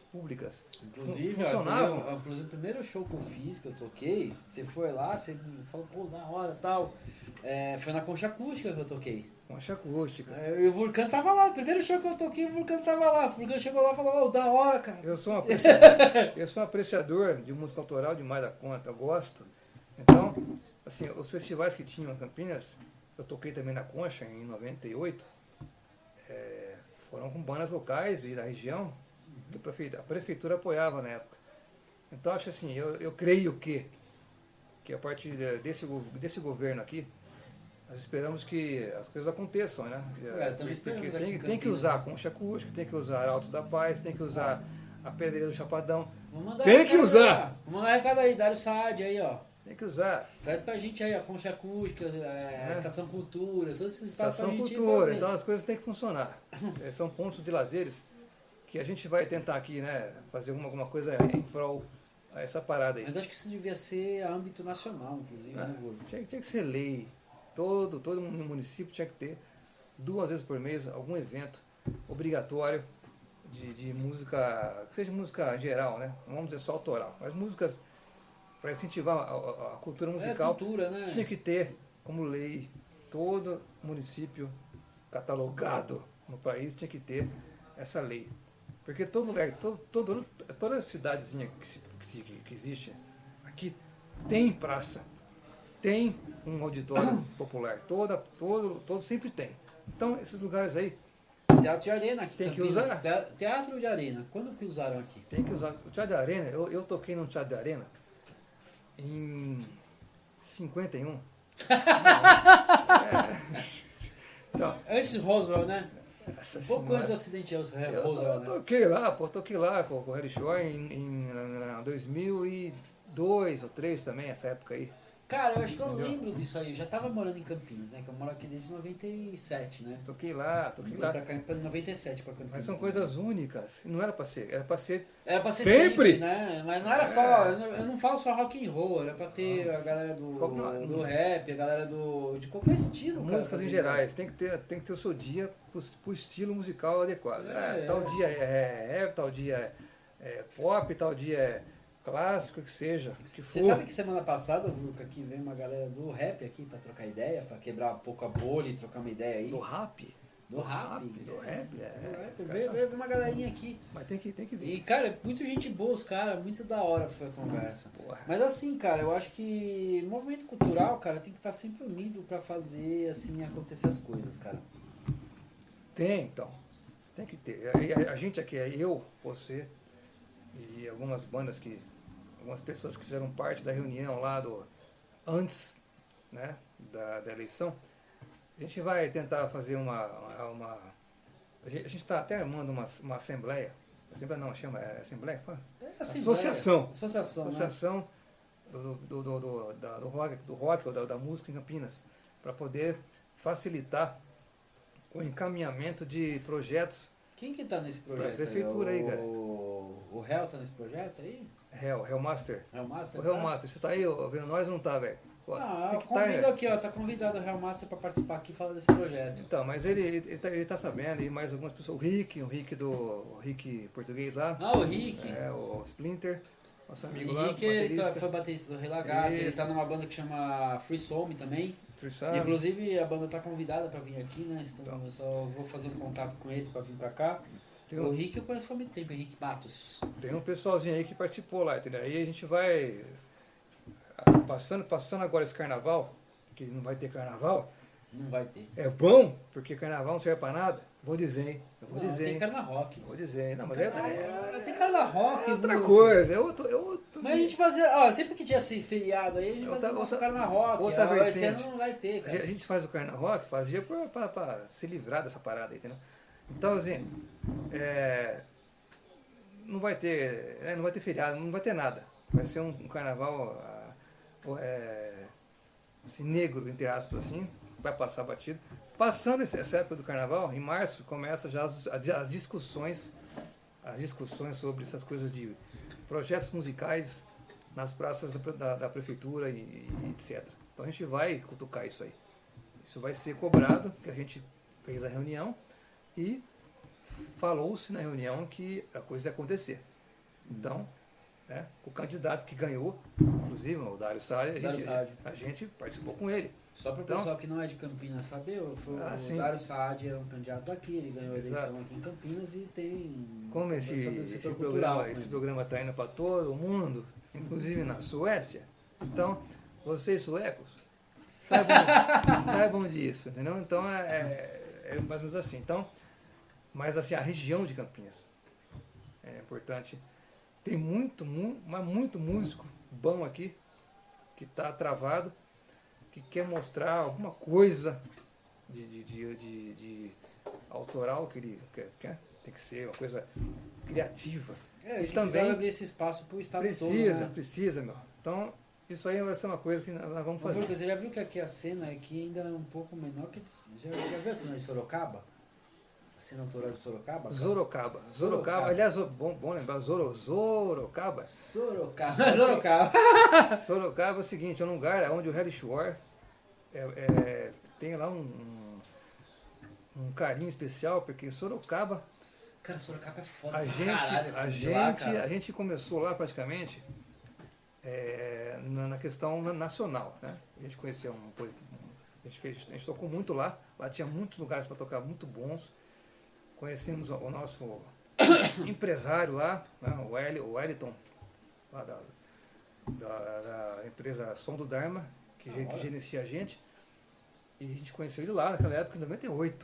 públicas. Inclusive, Fun- ó, funcionavam. inclusive, inclusive, o primeiro show que eu fiz, que eu toquei, você foi lá, você me falou, pô, da hora e tal. É, foi na Concha Acústica que eu toquei. Concha acústica. É, e o Vulcano tava lá, o primeiro show que eu toquei, o Vulcano tava lá. O Vulcano chegou lá e falou, ô, da hora, cara. Eu sou um apreciador, eu sou um apreciador de música autoral demais da conta, eu gosto. Então, assim, os festivais que tinham em Campinas, eu toquei também na Concha em noventa e oito, é, foram com bandas locais e da região, que a prefeitura, a prefeitura apoiava na época. Então, acho assim, eu, eu creio que, que a partir desse, desse governo aqui, nós esperamos que as coisas aconteçam, né? É, também esperamos Porque aqui tem, em tem que Campinas, usar a né? Concha Acústica, tem que usar Altos da Paz, tem que usar a Pedreira do Chapadão, Vou mandar Tem recado que usar. aí, ó. Vou mandar um recado aí, Dário Saad aí, ó. tem que usar. Traz pra gente aí a Concha Acústica, é, É. Estação Cultura, todos esses espaços pra Estação gente Cultura, fazer. então as coisas têm que funcionar. É, são pontos de lazeres que a gente vai tentar aqui, né, fazer alguma, alguma coisa em prol a essa parada aí. Mas acho que isso devia ser a âmbito nacional, inclusive, Ah, né, Vô? tinha, tinha que ser lei. Todo, todo município tinha que ter duas vezes por mês algum evento obrigatório de, de música, que seja música geral, né? Não vamos dizer só autoral, mas músicas para incentivar a, a- a cultura musical. É cultura, né? Tinha que ter como lei, todo município catalogado no país tinha que ter essa lei. Porque todo lugar, todo, todo, toda cidadezinha que, se- que, se- que existe aqui tem praça, tem um auditório popular, toda, todo, todo sempre tem. Então esses lugares aí Teatro de Arena aqui. Tem que Campinas. usar. Te- Teatro de Arena. Quando que usaram aqui? tem que usar. O Teatro de Arena, eu, eu toquei no Teatro de Arena em cinquenta e um. É. Então, Antes de Roswell, né? essa Um pouco senhora- antes do acidente de Eu Roswell, to- né? toquei lá, pô, toquei lá com, com o Harry Shore em, em na- dois mil e dois ou dois mil e três também, essa época aí. Cara, eu acho que eu Entendeu? lembro disso aí. Eu já tava morando em Campinas, né? Que eu moro aqui desde noventa e sete, né? Toquei lá, toquei Mudei lá. pra cá em noventa e sete pra Campinas. Mas são né? coisas únicas. Não era pra ser, era pra ser. Era pra ser Sempre! sempre, né? Mas não era só. Eu não, eu não falo só rock and roll, era pra ter a galera do, Qual- não, do não. rap, a galera do. de qualquer estilo, cara. Músicas em fazer. gerais. Tem que ter, tem que ter o seu dia pro, pro estilo musical adequado. É, É, tal é, dia é rap, tal dia é, é pop, tal dia é clássico, que seja. o Que for. Você sabe que semana passada, Vulca, aqui veio uma galera do rap aqui pra trocar ideia, pra quebrar um pouco a bolha e trocar uma ideia aí. Do rap? Do rap. Do rap, é. Do rap. esse cara Veio, tá- veio uma galerinha aqui. Mas tem que, tem que ver. E, cara, muito gente boa, os caras, muito da hora foi a conversa. Porra. Mas assim, cara, eu acho que movimento cultural, cara, tem que estar sempre unido pra fazer, assim, acontecer as coisas, cara. Tem, então. Tem que ter. A, a- a gente aqui, é eu, você e algumas bandas que. Algumas pessoas que fizeram parte da reunião lá do. Antes, né, da, da eleição. A gente vai tentar fazer uma. uma, uma- a gente está até armando uma, uma assembleia. Assembleia não, chama. É assembleia? Fala. É assim, Associação. vai. Associação, né? Associação do, do, do, do, da- do rock, do rock ou da, da música em Campinas, para poder facilitar o encaminhamento de projetos. Quem que tá nesse projeto? prefeitura aí, cara. O, o Hell tá nesse projeto aí? Hell, Hellmaster. Hellmaster? O tá? Hellmaster, você tá aí ouvindo nós ou não tá, velho? Pô, Ah, você eu tem que tá, convido né? aqui, ó, tá convidado o Hellmaster pra participar aqui e falar desse projeto. Então, mas ele, ele, tá, ele tá sabendo, e mais algumas pessoas. O Rick, o Rick do. O Rick português lá. Ah, o Rick. É, o Splinter, nosso O amigo lá. Rick, ele tá- baterista. foi baterista do Rei Lagarto, ele Isso. tá numa banda que chama Free Soul também. Trissado. Inclusive a banda tá convidada pra vir aqui, né? Então, Então. eu só vou fazer um contato com eles pra vir pra cá. Tem O um, Rick eu conheço faz muito tempo, Henrique Matos. tem um pessoalzinho aí que participou lá, entendeu? Aí a gente vai. Passando, passando agora esse carnaval, que não vai ter carnaval, Não vai ter. é bom, porque carnaval não serve pra nada. Vou dizer, hein? Eu vou Não, dizer. tem hein? cara na rock. Vou dizer, hein? Não, mas é, Ah, é, tem cara na rock. é outra Vulca. coisa, é outro. É outro Mas a gente fazia, ó, sempre que tinha esse feriado aí, a gente Outra- fazia o nosso outra- cara na rock. outra Ó, esse vertente. ano não vai ter, A cara. gente faz o carnaval rock, fazia para se livrar dessa parada, entendeu? Então, assim, é, não vai ter, é, não vai ter feriado, não vai ter nada. Vai ser um, um carnaval ah, é, assim, negro, entre aspas, assim, vai passar batido. Passando esse- essa época do carnaval, em março, começa já as, as discussões, as discussões sobre essas coisas de projetos musicais nas praças da, da- da prefeitura e, e etcétera. Então a gente vai cutucar isso aí. Isso vai ser cobrado, que a gente fez a reunião e falou-se na reunião que a coisa ia acontecer. Então, né, o candidato que ganhou, inclusive o Dário Saad, a, Dário gente- Saad. a gente participou com ele. Só para o Então- pessoal que não é de Campinas saber, foi Ah, o sim. Dário Saad era um candidato daqui, ele ganhou a eleição Exato. aqui em Campinas e tem... Como esse, conversou do esse setor programa cultural com esse ele. programa está indo para todo o mundo, inclusive na Suécia, então, vocês suecos, saibam, saibam disso, entendeu? Então, é, é, é mais ou menos assim. Então, mas assim, a região de Campinas é importante. Tem muito, mu- mas muito músico bom aqui, que está travado, que quer mostrar alguma coisa de, de, de, de- de autoral que ele quer, quer. Tem que ser uma coisa criativa. É, a E gente também precisava abrir esse espaço para o estado Precisa, todo, né? precisa, meu. Então, isso aí vai ser uma coisa que nós nós vamos Mas, fazer. Lucas, você já viu que aqui a cena aqui ainda é um pouco menor que... Já, já viu a cena de Sorocaba? A cena autoral de Sorocaba? cara? Zorocaba. Zorocaba, Sorocaba. aliás, o- bom, bom lembrar, Zoro, Zorocaba. Sorocaba. Sorocaba. Sorocaba é o seguinte, é um lugar onde o Harry Shore é, é, tem lá um, um, um carinho especial, porque em Sorocaba Cara, Sorocaba é foda a pra gente, caralho, a, assim, de gente, lá, cara. a gente começou lá praticamente é, na, na questão na- nacional, né? A gente conheceu um, pouco- a gente fez, a gente tocou muito lá, lá tinha muitos lugares para tocar muito bons. Conhecemos o, o nosso empresário lá, né? o, Eli, o Wellington, lá da, da, da empresa Som do Dharma, que, ge- que gerencia a gente. E a gente conheceu ele lá naquela época, em noventa e oito.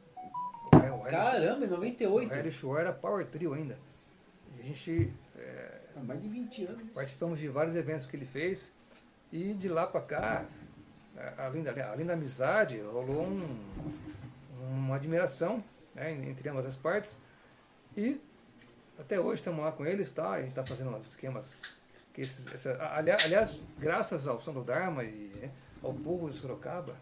O Harry- o Harry- Caramba, em noventa e o oito. Harry Shore era Power Trio ainda. E a gente Há mais de vinte anos. participamos de vários eventos que ele fez. E de lá para cá, a- além da, além da amizade, rolou um, uma admiração, né, entre ambas as partes. E até hoje estamos lá com eles, tá? A gente está fazendo uns esquemas. Que esses, essa, ali- aliás, graças ao Som do Dharma e né, ao povo de Sorocaba,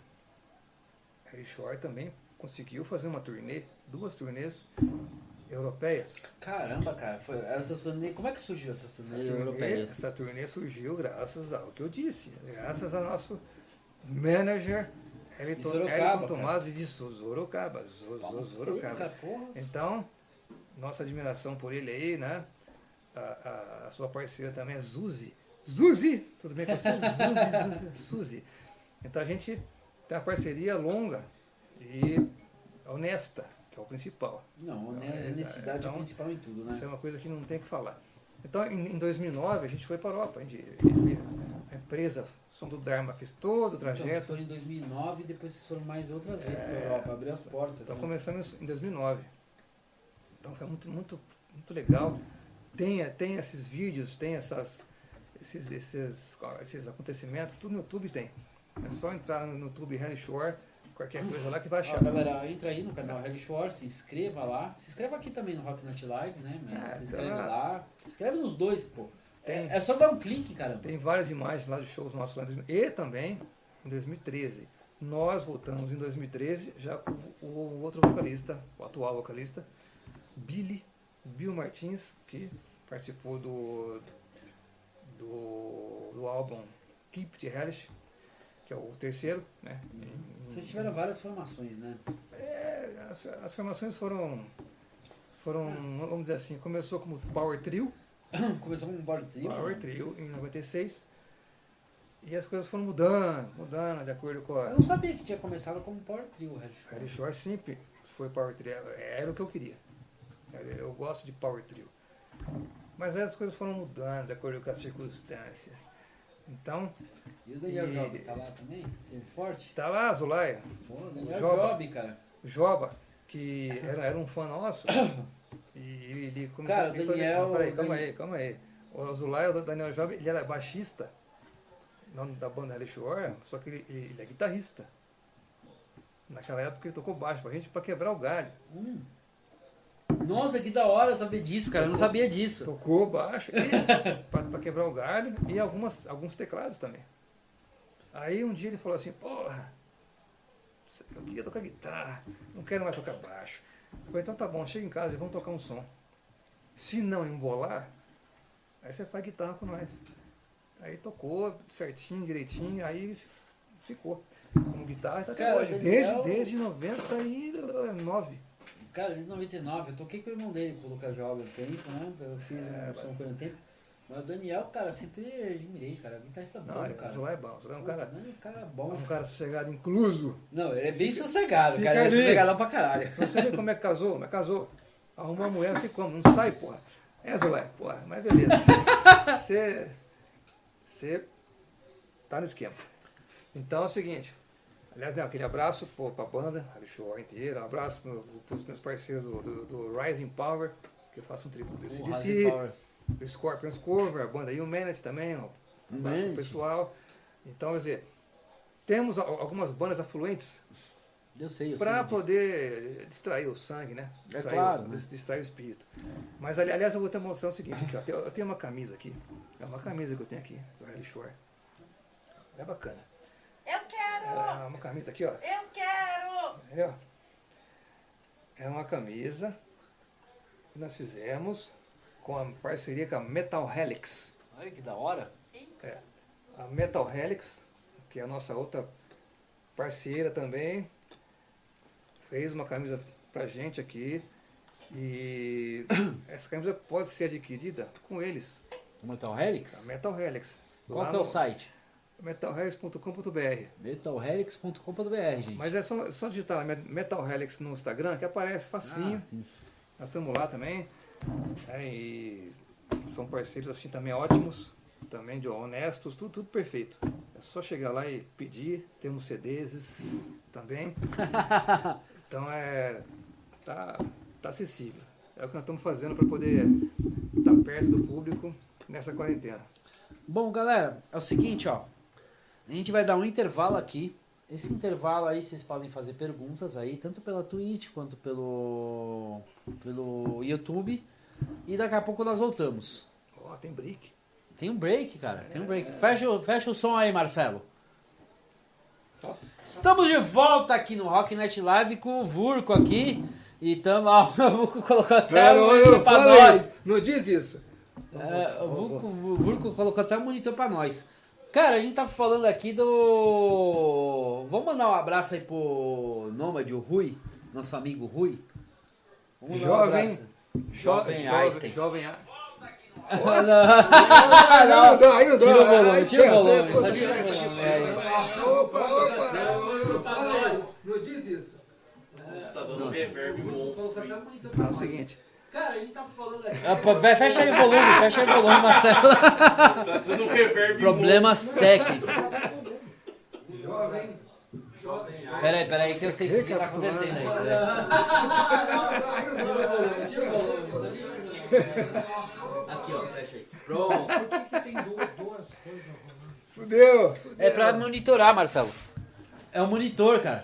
Harry Shore também conseguiu fazer uma turnê, duas turnês europeias. Caramba, cara. Foi, essas turnê, como é que surgiu essas Essa turnês turnê, europeias? essa turnê surgiu graças ao que eu disse, graças ao nosso manager Elton, Sorocaba, Elton cara. Tomás de Sorocaba, Zo- Zo- Palmas pra ele, Sorocaba. cara, porra. Então, nossa admiração por ele aí, né? A, a- a sua parceira também é Zuzi. Zuzi! Tudo bem com você? Zuzi, Zuzi, Suzy. Então a gente tem uma parceria longa e honesta, que é o principal. Não, né, Então, honestidade é então, o principal em tudo, né? Isso é uma coisa que não tem o que falar. Então, em, em dois mil e nove, a gente foi para a Europa. A, gente, a, gente fez- a empresa Som do Dharma fez todo o Então, vocês trajeto. foram em dois mil e nove e depois vocês foram mais outras vezes pra Europa, abriu as portas. Então, né? começamos em dois mil e nove. Então, foi muito, muito, muito legal. Tem, tem esses vídeos, tem essas, esses, esses, esses acontecimentos, tudo no YouTube tem. É só entrar no YouTube Harry Shore, qualquer coisa lá que vai Ó, achar. galera, entra aí no canal Harry Shore, se inscreva lá. Se inscreva aqui também no Rock Night Live, né? Mas Ah, se inscreve tá lá. lá. Se inscreve nos dois, pô. É, Tem. é só dar um clique, caramba. Tem várias imagens lá dos shows nossos lá em dois mil. E também em dois mil e treze. Nós voltamos em dois mil e treze já com o, o outro vocalista, o atual vocalista, Billy, Bill Martins, que participou do, do, do álbum Keep the Hellish, que é o terceiro. Né? Em- Vocês tiveram várias formações, né? É, as, as formações foram, foram, vamos dizer assim, começou como Power Trio, Começou com um board trio. Power né? Trio em noventa e seis. E as coisas foram mudando, mudando de acordo com a. Eu não sabia que tinha começado como Power Trio, Harry Shore. Harry Shore sempre foi Power Trio, era o que eu queria. Eu gosto de Power Trio. Mas aí as coisas foram mudando de acordo com as circunstâncias. Então, E o Daniel E- Job tá lá também? Firme e forte? tá lá a Zulaia, Pô, o Daniel Joba. Job, cara. o Joba, que era, era um fã nosso. E ele começou Cara, o ele- Daniel- Não, peraí, o calma Dani- aí, calma aí. O Zulaia, o Daniel Job, ele era baixista da da banda Harry Shore, só que ele, ele é guitarrista. Naquela época ele tocou baixo pra gente pra quebrar o galho. Hum. Nossa, que da hora saber disso, cara. Eu não sabia disso. Tocou baixo para quebrar o galho e algumas, alguns teclados também. Aí um dia ele falou assim, porra, eu queria tocar guitarra, não quero mais tocar baixo. Eu falei, então tá bom, chega em casa e vamos tocar um som. Se não embolar, aí você faz guitarra com nós. Aí tocou certinho, direitinho, aí ficou. Como guitarra tá até Cara, hoje, Daniel- desde, desde noventa e nove. Cara, desde noventa e nove, eu toquei com o irmão dele, com o Lucas Jovem, um tempo, né? Eu fiz É, um som com ele um tempo. Mas o Daniel, cara, sempre admirei, cara. O guitarrista bom, Não, ele- cara. o Zoé é bom. O Zoé é um Puta, cara, não, um cara é bom. um cara sossegado, incluso. Não, ele é bem sossegado, fica cara. Ele é ali. sossegadão pra caralho. Pra você ver como é que casou, mas casou. Arrumou uma mulher, assim como? Não sai, porra. É, Zoé, porra, mas beleza. Você. Você tá no esquema. Então é o seguinte. Aliás, né, aquele abraço pô, pra banda, a Show inteira. Um abraço pro, pros meus parceiros do, do, do Rising Power, que eu faço um tributo desse O D Rising C. Power. O Scorpions Cover, a banda Humanity também, ó. Um abraço pro Humanity. pessoal. Então, quer dizer, temos al- algumas bandas afluentes Eu sei, eu sei. para disso. poder distrair o sangue, né? É Distrair, claro, o, né? dis- distrair o espírito. Mas, ali- aliás, eu vou te mostrar o seguinte, aqui, ó. Eu tenho- eu tenho uma camisa aqui. É uma camisa que eu tenho aqui, do Rally Shore. É bacana. Eu quero! É uma camisa aqui, ó. Eu quero! Aí, ó. É uma camisa que nós fizemos com a parceria com a Metal Helix. Olha que da hora. A Metal Helix, que é a nossa outra parceira também, fez uma camisa pra gente aqui. E essa camisa pode ser adquirida com eles, O Metal a Helix? Metal Helix. Qual lá que é o no site? metal helix ponto com ponto b r. metal helix ponto com ponto b r, gente. Mas é só, só digitar lá, Metal Helix no Instagram que aparece facinho. Ah, sim. Nós estamos lá também. É, e são parceiros assim também ótimos, também de honestos, tudo, tudo perfeito. É só chegar lá e pedir, temos C Ds também. Então é. Tá, tá acessível. É o que nós estamos fazendo para poder estar perto do público nessa quarentena. Bom, galera, é o seguinte, ó. A gente vai dar um intervalo aqui. Esse intervalo aí vocês podem fazer perguntas aí, tanto pela Twitch quanto pelo pelo YouTube. E daqui a pouco nós voltamos. Ó, tem break. Tem um break, cara. Tem um break. Fecha, o- fecha o som aí, Marcelo. Ó. Estamos de volta aqui no Rock Night Live com o Vurco aqui. E tamo. Ó, o Vurco colocou até o monitor pra nós. Não diz isso. É, o, Vurco, o Vurco colocou até o monitor pra nós. Cara, a gente tá falando aqui do. Vamos mandar um abraço aí pro Nômade, o Rui, nosso amigo Rui. Vamos mandar um Jovem. abraço. Jovem Jovem Einstein. Jovem Ah, Ah, não. não dá, aí não dá. Tira o volume, Aí tira o fica volume, tempo, só tira tira o aqui. volume. É. Opa, opa. Não diz isso. Você tá dando um reverb monstro. hein? É o seguinte. Cara, a gente tá falando aqui. Ah, pô, vai, fecha aí o volume, fecha aí o volume, Marcelo. Tá dando um reverb Problemas técnicos. Jovem. Peraí, peraí, que eu sei o que tá acontecendo aí. Aqui, ó, fecha aí. Pronto. Por que, que tem duas, duas coisas rolando? Fudeu. É pra monitorar, Marcelo. É o monitor, cara.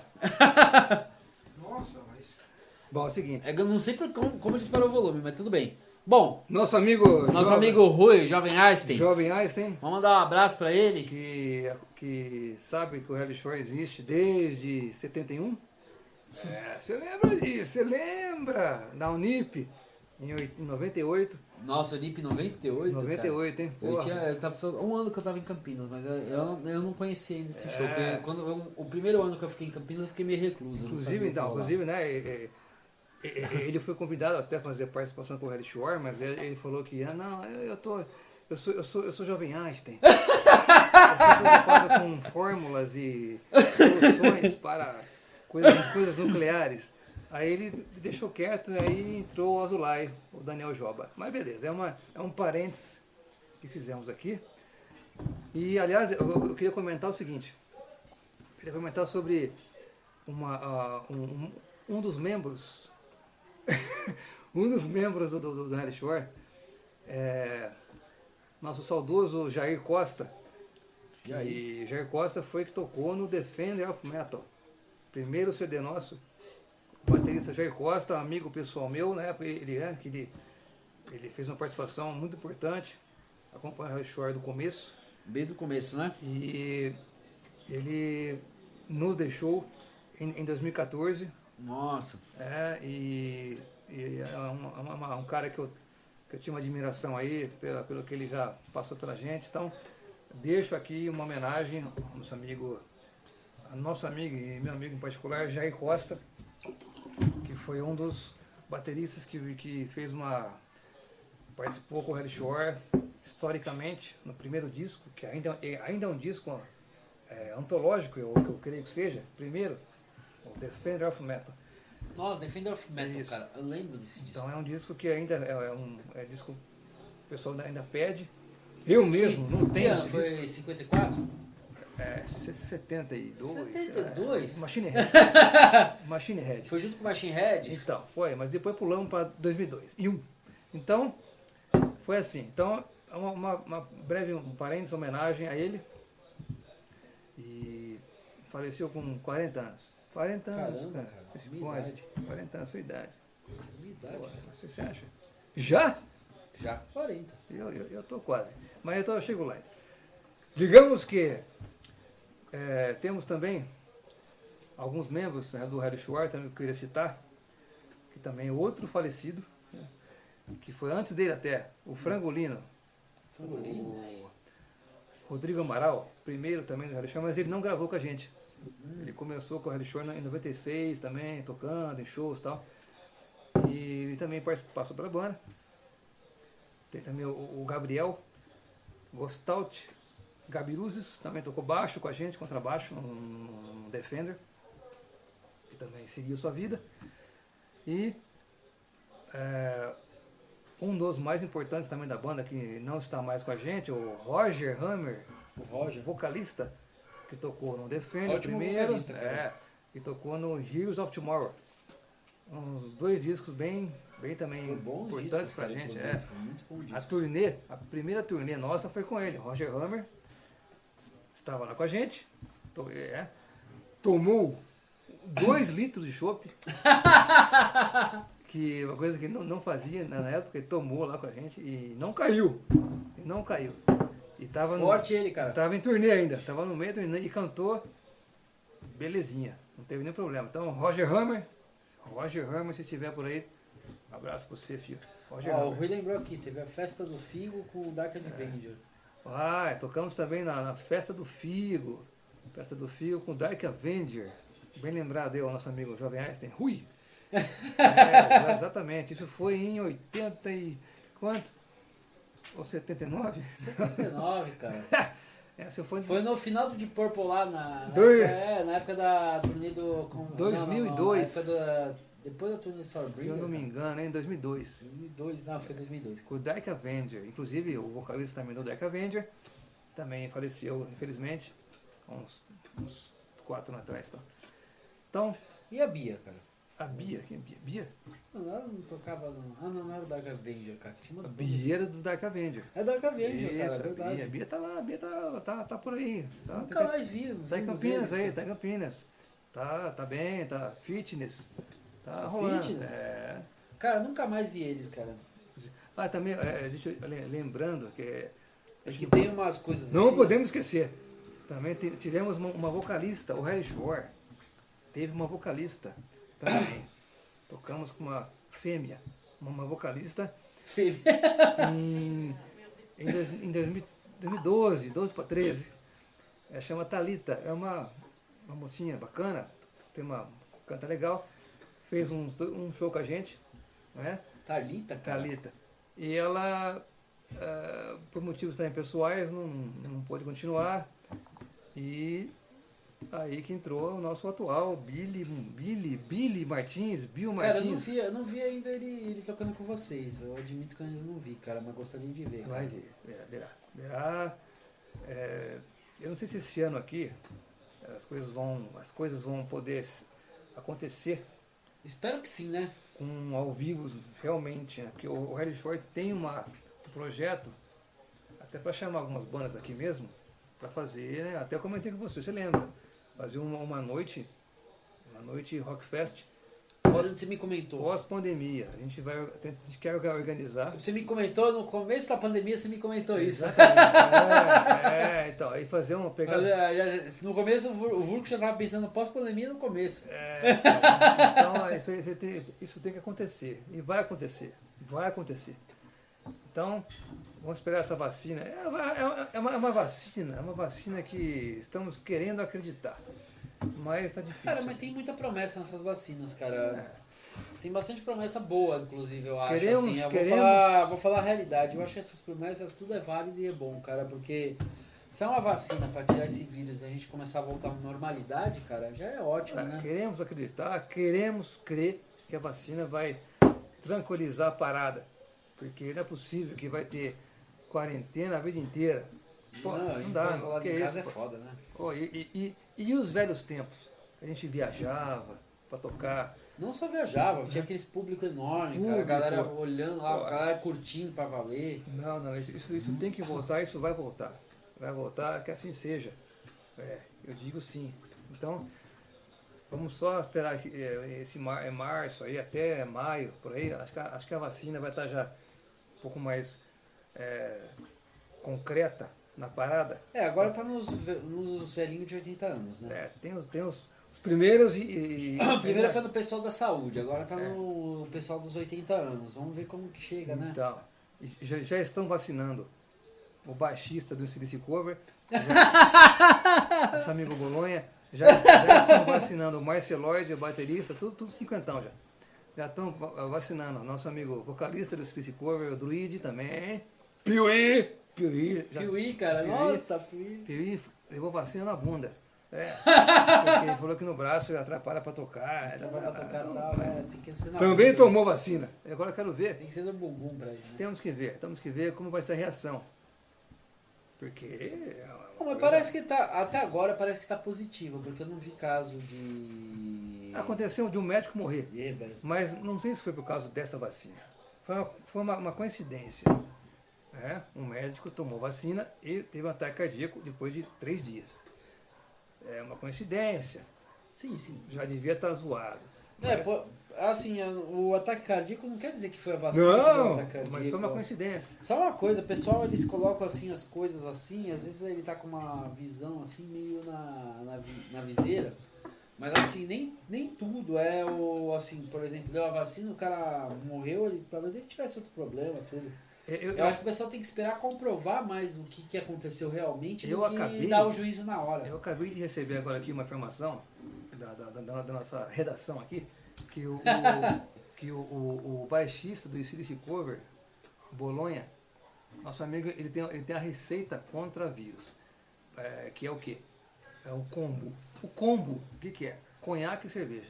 Nossa, mas. Bom, é o seguinte. É que eu não sei por como, como disparou o volume, mas tudo bem. Bom, Nosso amigo. nosso jovem, amigo Rui, Jovem Einstein, Jovem Einstein, vamos mandar um abraço pra ele. que, que sabe que o Rally Shore existe desde setenta e um. É, você lembra disso? Você lembra? Da Unip, em oit- em noventa e oito. Nossa, Nip noventa e oito, noventa e oito, hein? Eu Porra. tinha, eu tava, foi um ano que eu tava em Campinas, mas eu, eu, eu não conhecia ainda esse É. show. Porque quando eu- o primeiro ano que eu fiquei em Campinas, eu fiquei meio recluso. eu não sabia Inclusive, o que então, rolar. inclusive, né? é, é, é, Ele foi convidado até a fazer participação com o Rally Shore, mas ele, ele falou que, ah, não, eu, eu tô. Eu sou, eu sou, eu sou jovem Einstein. Eu tô preocupado com fórmulas e soluções para coisas, coisas nucleares. Aí ele deixou quieto e aí entrou o Azulay, o Daniel Joba. Mas beleza, é, uma, é um parênteses que fizemos aqui. E aliás, eu, eu queria comentar o seguinte. Eu queria comentar sobre uma, ah, um, um- um dos membros. um dos membros do, do, do Rally Shore. É, nosso saudoso Jair Costa. E Jair Costa foi que tocou no Defender of Metal. Primeiro C D nosso. O baterista Jair Costa, amigo pessoal meu, né? Ele, é, que ele, ele fez uma participação muito importante. Acompanha o Rally Shore do começo. Desde o começo, né? E ele nos deixou em, em dois mil e quatorze. Nossa. É, e, e é um, uma- um cara que eu, que eu tinha uma admiração aí pela, pelo que ele já passou pela gente. Então, deixo aqui uma homenagem ao nosso amigo, ao nosso amigo e meu amigo em particular, Jair Costa, que foi um dos bateristas que, que fez uma... participou com o Harry Shore, historicamente, no primeiro disco, que ainda é, ainda é um disco é, antológico, eu, eu creio que seja, primeiro, o Defender of Metal. Nossa, Defender of Metal, Isso. cara. Eu lembro desse disco. Então é um disco que ainda é, é um é disco que o pessoal ainda pede. Eu mesmo não Que tenho ano? esse Foi disco. cinquenta e quatro? É, setenta e dois. setenta e dois? É, Machine Head. Machine Head. Foi junto com o Machine Head? Então, foi, mas depois pulamos para dois mil e dois. E um. Então, foi assim. Então, uma, uma, uma breve um parênteses, homenagem a ele. E faleceu com quarenta anos. quarenta anos, Caramba, cara. cara, Esse minha pode. idade. quarenta anos, sua idade. Minha idade, Pô, cara. não sei se você acha. Já? Já quarenta. Eu, eu, eu tô quase. Mas eu, tô, eu chego lá. Digamos que é, temos também alguns membros, né, do Harry Shore, também que eu queria citar, que também é outro falecido, né, que foi antes dele até, o Frangolino. Frangolino? O Rodrigo Amaral, primeiro também do Harry Shore, mas ele não gravou com a gente. Ele começou com o Harry Shore em noventa e seis também, tocando em shows e tal. E ele também passou pela banda. Tem também o, o Gabriel Gostalt Gabiruzes, também tocou baixo com a gente, contrabaixo, no, no Defender, que também seguiu sua vida. E é, um dos mais importantes também da banda, que não está mais com a gente, o Roger Hammer, O Roger. vocalista, que tocou no Defender Ótimo primeiro, vocalista, cara. é, e tocou no Heroes of Tomorrow. Uns dois discos bem, bem também Foi bons importantes discos, pra cara, gente. inclusive. É. Foi muito bom A disco. turnê, a primeira turnê nossa foi com ele, Roger Hammer. Estava lá com a gente. To- é, tomou dois litros de chopp. Que é uma coisa que não, não fazia na época, ele tomou lá com a gente e não caiu. E não caiu. E tava no- Forte ele, cara. Tava em turnê ainda, tava no meio da turnê e cantou belezinha, não teve nenhum problema. Então, Roger Hammer, Roger Hammer, se estiver por aí, um abraço pra você, filho. Roger Ó, o Hammer. Rui lembrou aqui, teve a festa do Figo com o Dark Avenger. Ah, tocamos também na, na Festa do Figo, Festa do Figo com Dark Avenger. Bem lembrado aí, o nosso amigo Jovem Einstein, Rui. É, exatamente, isso foi em oitenta e quanto? Ou setenta e nove? setenta e nove, cara. Essa foi, Foi no final do Deep Purple lá, na, na, Dois- época, é, na época da turnê do... Com, dois mil e dois. Não, não, não, na época da, depois da turnê do Sour se eu não me engano, em dois mil e dois. dois mil e dois, não, foi dois mil e dois. Com o Dark Avenger. Inclusive, o vocalista também do Dark Avenger também faleceu, infelizmente, há uns, uns quatro anos atrás. Tá? Então, E a Bia, cara? a Bia, quem é Bia? Bia? Não, ela não tocava... Não. Ah, não, não era o Dark Avenger, cara. Tinha A umas bandas. Bia era do Dark Avenger. É Dark Avenger, Isso, cara, é a verdade. Bia. A Bia tá lá, a Bia tá, tá, tá por aí. Tá, Nunca tá, mais vi. tá em vimos Campinas eles, aí, cara. tá em Campinas. Tá, tá bem, tá fitness. Tá Tá rolando. fitness? É. Cara, nunca mais vi eles, cara. Ah, também, é, deixa eu, le- lembrando que É que tem umas coisas não assim. podemos esquecer. Também te- tivemos uma, uma vocalista, o Harry Shore. Teve uma vocalista também. Tocamos com uma fêmea, uma, uma vocalista em, em, dois, em dois mil e doze, doze para treze. Ela chama Thalita, é uma, uma mocinha bacana, tem uma, canta legal. Fez um, um show com a gente, né? Thalita, cara. Thalita. E ela, ah, por motivos também pessoais, não, não pôde continuar. E aí que entrou o nosso atual Billy, Billy, Billy Martins, Bill Cara, eu não Martins. vi, eu não vi ainda ele, ele tocando com vocês. Eu admito que eu ainda não vi, cara, mas gostaria de ver. Vai Cara. ver, verá, verá. verá. É, eu não sei se esse ano aqui as coisas vão, as coisas vão poder s- acontecer Espero que sim, né? com ao vivo realmente, né? Porque o, o Harry Shore tem uma, um projeto até para chamar algumas bandas aqui mesmo para fazer, né? Até eu comentei com você, você lembra? Fazer uma, uma noite, uma noite Rockfest pós, Você me comentou. pós pandemia. A gente vai, a gente quer organizar. Você me comentou no começo da pandemia, você me comentou isso. Exatamente. É, é, então, aí fazer uma pegar. Mas, é, já- já- no começo, o Vur- o Vurco já estava pensando pós-pandemia no começo. É, então, isso, aí, isso tem, isso tem que acontecer. E vai acontecer. Vai acontecer. Então, vamos esperar essa vacina. É uma, é uma- é uma, é uma vacina, é uma vacina que estamos querendo acreditar. Mas está difícil. Cara, mas tem muita promessa nessas vacinas, cara. Tem bastante promessa boa, inclusive, eu acho. Queremos, assim, eu queremos... Vou, falar, vou falar a realidade. Eu acho que essas promessas tudo é válido e é bom, cara, porque se é uma vacina para tirar esse vírus e a gente começar a voltar à normalidade, cara, já é ótimo, É, né? queremos acreditar, queremos crer que a vacina vai tranquilizar a parada. Porque não é possível que vai ter quarentena a vida inteira. Pô, não, não dá. Lá que em é casa isso, é pô? foda, né? Pô, e, e, e, e os velhos tempos? A gente viajava para tocar. Não só viajava, tinha aqueles público enorme, cara, a Público. galera olhando lá, Pô. a galera curtindo pra valer. Não, não, isso, isso, isso tem que voltar, isso vai voltar. Vai voltar, que assim seja. É, eu digo sim. Então, vamos só esperar que, é, esse mar, é março aí, até maio, por aí. Acho que, a, acho que a vacina vai estar já um pouco mais é, concreta na parada. É, agora tá nos, ve- nos velhinhos de oitenta anos, né? É, tem os, tem os, os primeiros e. e- A primeira e- foi no pessoal da saúde, agora tá É. no pessoal dos oitenta anos. Vamos ver como que chega, né? Então, e já, já estão vacinando o baixista do C D C Cover, já, nosso amigo Bolonha, já, já estão vacinando o Marceloide, o baterista, tudo, tudo cinquentão já. Já estão va- vacinando o nosso amigo vocalista do C D C Cover, o Druid também. Piuí! Piuí! já- Piuí, cara, Piuí. nossa, Piuí. Piuí levou vacina na bunda. É, porque ele falou que no braço atrapalha pra tocar. Então vai pra tocar e tal, né? Tem que ser na Também bunda. tomou vacina. Agora eu quero ver. Tem que ser no bumbum pra ele, né? Temos que ver, temos que ver como vai ser a reação. Porque. é uma Não, mas coisa- parece que tá, até agora parece que tá positivo, porque eu não vi caso de... Aconteceu de um médico morrer. Ebas. Mas não sei se foi por causa dessa vacina. Foi uma, foi uma, uma coincidência. Né? Um médico tomou vacina e teve um ataque cardíaco depois de três dias. É uma coincidência. Sim, sim. Já devia estar zoado. É, Mas- pô, assim, o ataque cardíaco não quer dizer que foi a vacina que deu o Não, ataque cardíaco. mas foi uma coincidência. Só uma coisa, o pessoal, eles colocam assim as coisas assim, às vezes ele tá com uma visão assim meio na, na, vi- na viseira, mas assim, nem, nem tudo é o, assim, por exemplo, deu a vacina, o cara morreu, ele, talvez ele tivesse outro problema, tudo. Eu, eu- Eu acho que o pessoal tem que esperar comprovar mais o que, que aconteceu realmente Eu do que acabei- dar o juízo na hora. Eu acabei de receber agora aqui uma informação da, da, da- da nossa redação aqui, que o, o- que o, o, o baixista do C D C Cover, Bolonha, nosso amigo, ele tem, ele tem a receita contra vírus, é, que é o quê? É o combo. O combo, o que, que é? Conhaque e cerveja.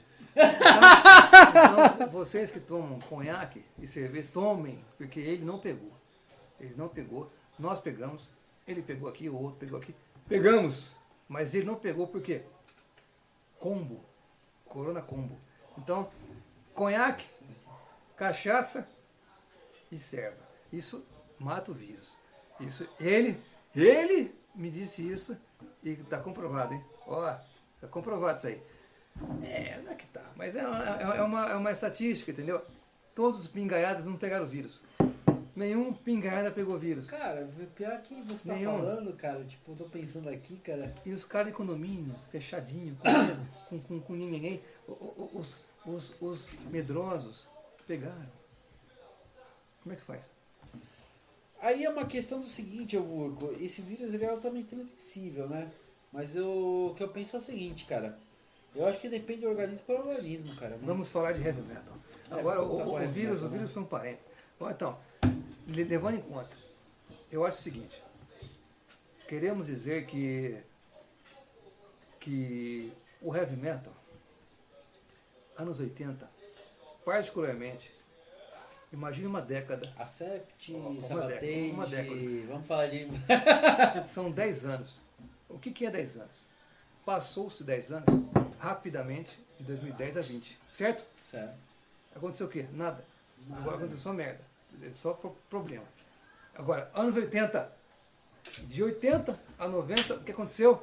Então, então, vocês que tomam conhaque e cerveja, tomem, porque ele não pegou. Ele não pegou, nós pegamos, ele pegou aqui, o outro pegou aqui. Pegamos, mas ele não pegou por quê? Combo, Corona Combo. Então, conhaque, cachaça e serva. Isso mata o vírus. Isso, ele, ele me disse isso e está comprovado, hein? Ó, está comprovado isso aí. É, não é que tá, mas é uma, é uma, é uma estatística, entendeu? Todos os pingaiadas não pegaram o vírus. Nenhum pingaiada pegou vírus. Cara, pior que você tá Nenhum. falando, cara, tipo, eu tô pensando aqui, cara. E os caras de condomínio, fechadinho, com, medo, com, com, com ninguém, o- o- os, os, os medrosos pegaram. Como é que faz? Aí é uma questão do seguinte, Vurco, esse vírus ele é altamente transmissível, né? Mas eu, o que eu penso é o seguinte, cara. Eu acho que depende de organismo para organismo, cara. Né? Vamos falar de heavy metal. É, Agora, vamos o, voltar o- pro o heavy vírus, metal, o vírus né? são parentes. Bom, então, le- levando em conta, eu acho o seguinte, queremos dizer que, que o heavy metal, anos oitenta, particularmente, imagine uma década, Acept, Uma Sabatage, década, uma década. vamos falar de... são dez anos. O que, que é dez anos? Passou-se dez anos rapidamente, de dois mil e dez a vinte, certo? Certo. Aconteceu o quê? Nada. Nada. Agora aconteceu só merda. Só pro- problema. Agora, anos oitenta. De oitenta a noventa, o que aconteceu?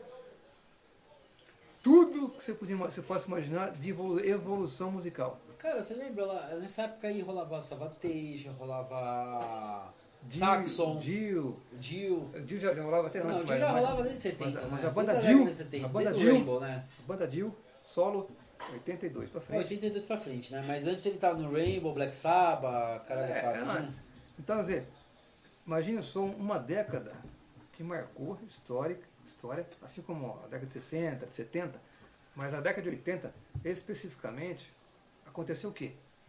Tudo que você, podia, você possa imaginar de evolu- evolução musical. Cara, você lembra lá, nessa época aí rolava Sabatage, rolava Dio- Saxon, Dio. Dio... Dio já, já rolava até Não, antes. o Dio mas- já mas- rolava desde setenta, mas a- né? mas a Desde banda década Dio- de setenta, a banda desde o Dio- Rainbow, né? A banda Dio, solo, oitenta e dois pra frente. oitenta e dois pra frente, né? Mas antes ele tava no Rainbow, Black Sabbath, cara É, da quatro, né? antes. Então, quer dizer, imagina só uma década que marcou história, história, assim como a década de sessenta, de setenta, mas a década de oitenta, especificamente, aconteceu o quê?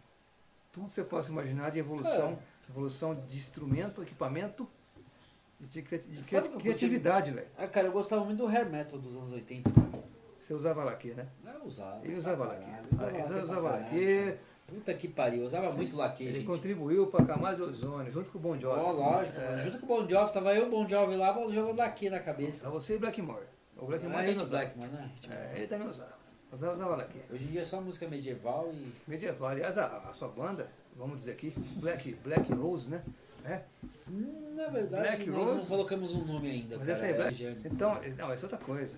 tudo que você possa imaginar de evolução, evolução de instrumento, equipamento e de, cri- de Sabe cri- que eu criatividade, velho. Ah, cara, eu gostava muito do hair metal dos anos oitenta, cara. Você usava laque, né? Eu usava. Ele usava pra laque. caralho, Usava, laque pra usava caralho, laque. cara. Puta que pariu, eu usava muito laque, Ele gente. contribuiu para a camada de ozônio, junto com o Bon Jovi. Ó, lógico, É, mano. Junto com o Bon Jovi, tava eu e o Bon Jovi lá, jogando laque na cabeça. Pra você e Blackmore. O Blackmore Ah, também Hit usava. Blackmore, né? Hit É, Blackmore. ele também usava. Usava, usava laque. Hoje em dia é só música medieval e... Medieval. Aliás, a, a sua banda, vamos dizer aqui, Black, Black Rose, né? É. Hum, na verdade, Black nós não Rose? colocamos um nome ainda, Mas cara. essa aí, é Black. Jane. Então, não, essa é outra coisa.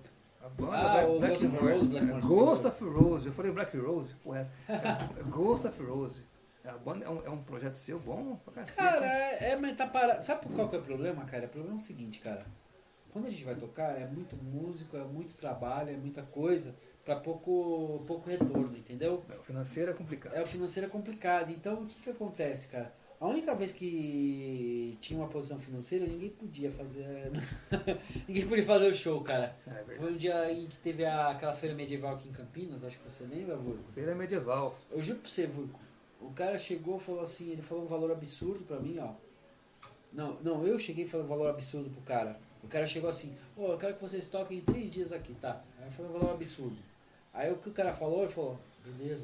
A banda Ah, o Black, Ghost of Blackmore. Rose, Blackmore. Ghost of Rose. Eu falei Black Rose, porra, essa. É, Ghost of Rose. A banda é um, é um projeto seu bom pra cacete. Cara, hein? é, mas tá parado. Sabe qual que é o problema, cara? O problema é o seguinte, cara. Quando a gente vai tocar, é muito músico, é muito trabalho, é muita coisa, pra pouco, pouco retorno, entendeu? O financeiro é complicado. É, o financeiro é complicado. Então, o que que acontece, cara? A única vez que tinha uma posição financeira, ninguém podia fazer... ninguém podia fazer o show, cara. É verdade. Foi um dia aí que teve a- aquela feira medieval aqui em Campinas, acho que você lembra, Vurgo? Feira medieval. Eu juro pra você, Vurgo. O cara chegou e falou assim, ele falou um valor absurdo pra mim, ó. Não, não, eu cheguei e falei um valor absurdo pro cara. O cara chegou assim, ô, eu quero que vocês toquem três dias aqui, tá? Aí eu falei um valor absurdo. Aí o que o cara falou, ele falou, beleza.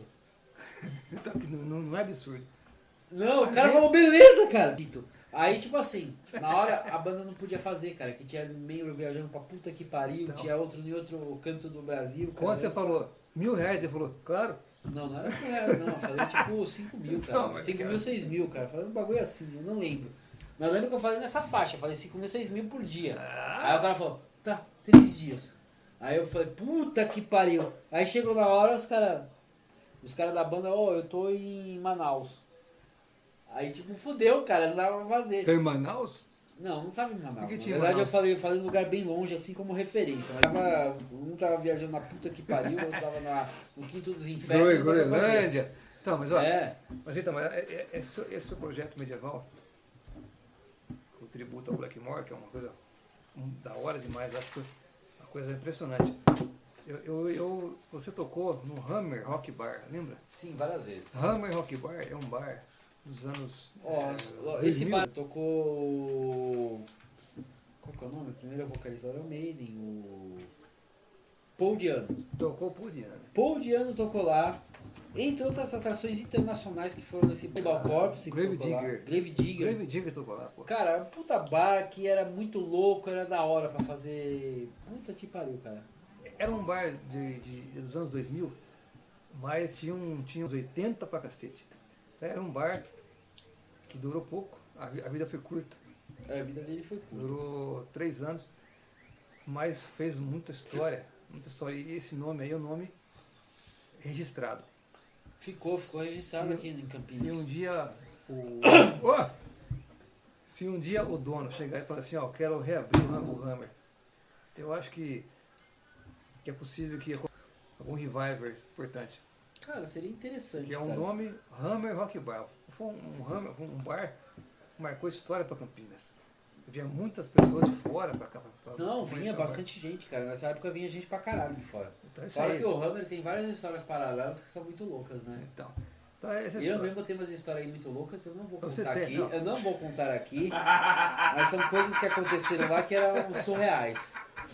Então, que não, não- não é absurdo. Não, o Mas cara é- falou, beleza, cara. Aí, tipo assim, na hora a banda não podia fazer, cara, que tinha membro viajando pra puta que pariu, Então. tinha outro em outro canto do Brasil. Cara. Quando você falou mil reais, ele falou, claro. Não, não era mil reais, não. Eu falei tipo cinco mil, cara. Não, mas, cinco cara, mil, seis mil, cara. Falei um bagulho assim, eu não lembro. Mas eu lembro que eu falei nessa faixa, eu falei cinco mil, seis mil por dia. Ah, Aí o cara falou, tá, três dias. Aí eu falei, puta que pariu. Aí chegou na hora, os caras. Os caras da banda, ó, eu tô em Manaus. Aí tipo, fudeu, cara, não dava pra fazer. tem Manaus? Não, não tava em Manaus. Por que Na tinha verdade, Manaus? eu falei, eu falei num lugar bem longe, assim como referência. Mas tava, um tava viajando na puta que pariu, outro tava na, no quinto dos infernos. Groi- não dava pra fazer. Groenlândia. Então, mas olha, É, mas então, mas é- é- esse, seu- esse seu projeto medieval, o tributo ao Blackmore, que é uma coisa um, da hora demais, acho que foi uma coisa impressionante. Eu, eu, eu- você tocou no Hammer Rock Bar, lembra? sim, várias vezes. Hammer Rock Bar é um bar dos anos Ó, é, esse dois mil. bar tocou. Qual que é o nome? O primeiro vocalista era o Maiden, o. Paul Diano. Tocou por Diana. Paul Diano tocou lá, entre outras atrações internacionais que foram nesse Cannibal Corpse. que Grave tocou lá. Digger. Grave Digger. Grave Digger tocou lá, pô. Cara, puta bar que era muito louco, era da hora pra fazer. Puta que pariu, cara. Era um bar de, de- dos anos dois mil, mas tinha, um, tinha uns oitenta pra cacete. Era um bar que durou pouco, a, vi- a vida foi curta. A vida dele foi curta. Durou três anos, mas fez muita história. Muita história. E esse nome aí é o nome registrado. Ficou, ficou registrado Se- aqui em Se um Campinas. dia o. Ó! Se um dia o dono chegar e falar assim, ó, quero reabrir o Ham- o Hammer, eu acho que, que é possível que algum reviver importante. Cara, seria interessante. Que é um cara. nome Hammer Rock Bar. Foi um, um, Hammer, um bar que marcou história para Campinas. Vinha muitas pessoas de fora para cá. Pra, pra Não, conhecer vinha o bar. bastante gente, cara. Nessa época vinha gente pra caralho de fora. Então, é isso Fora aí. que o Hammer tem várias histórias paralelas que são muito loucas, né? Então, então essa é a Eu história. mesmo tenho umas histórias aí muito loucas que eu não vou Você contar tem, aqui. não. Eu não vou contar aqui. Mas são coisas que aconteceram lá que eram surreais.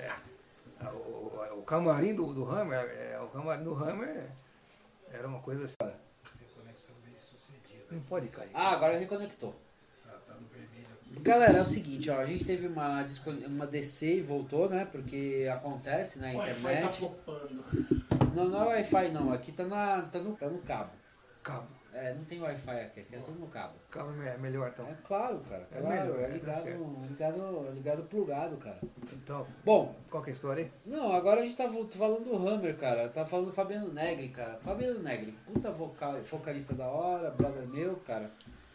Ah, O, o, o camarim do, do Hammer, é, o camarim do Hammer era uma coisa assim. Reconexão bem sucedida. Não pode cair. Ah, agora reconectou. Tá, tá no vermelho aqui. Galera, é o seguinte, ó, a gente teve uma, disco- uma D C e voltou, né? Porque acontece na O Wi-Fi tá internet. flopando. Não, não é Wi-Fi não, aqui tá, na, tá, no, tá no cabo. Cabo. É, não tem Wi-Fi aqui, aqui é só no cabo. Cabo é melhor, então. É claro, cara, É claro, melhor, é é, tá ligado, certo. ligado, ligado plugado, cara. Então, Bom, qual que é a história aí? não, agora a gente tá vo- falando do Hammer, cara. Tá falando do Fabiano Negri, cara. Fabiano Negri, puta vocal, vocalista da hora, brother meu, cara.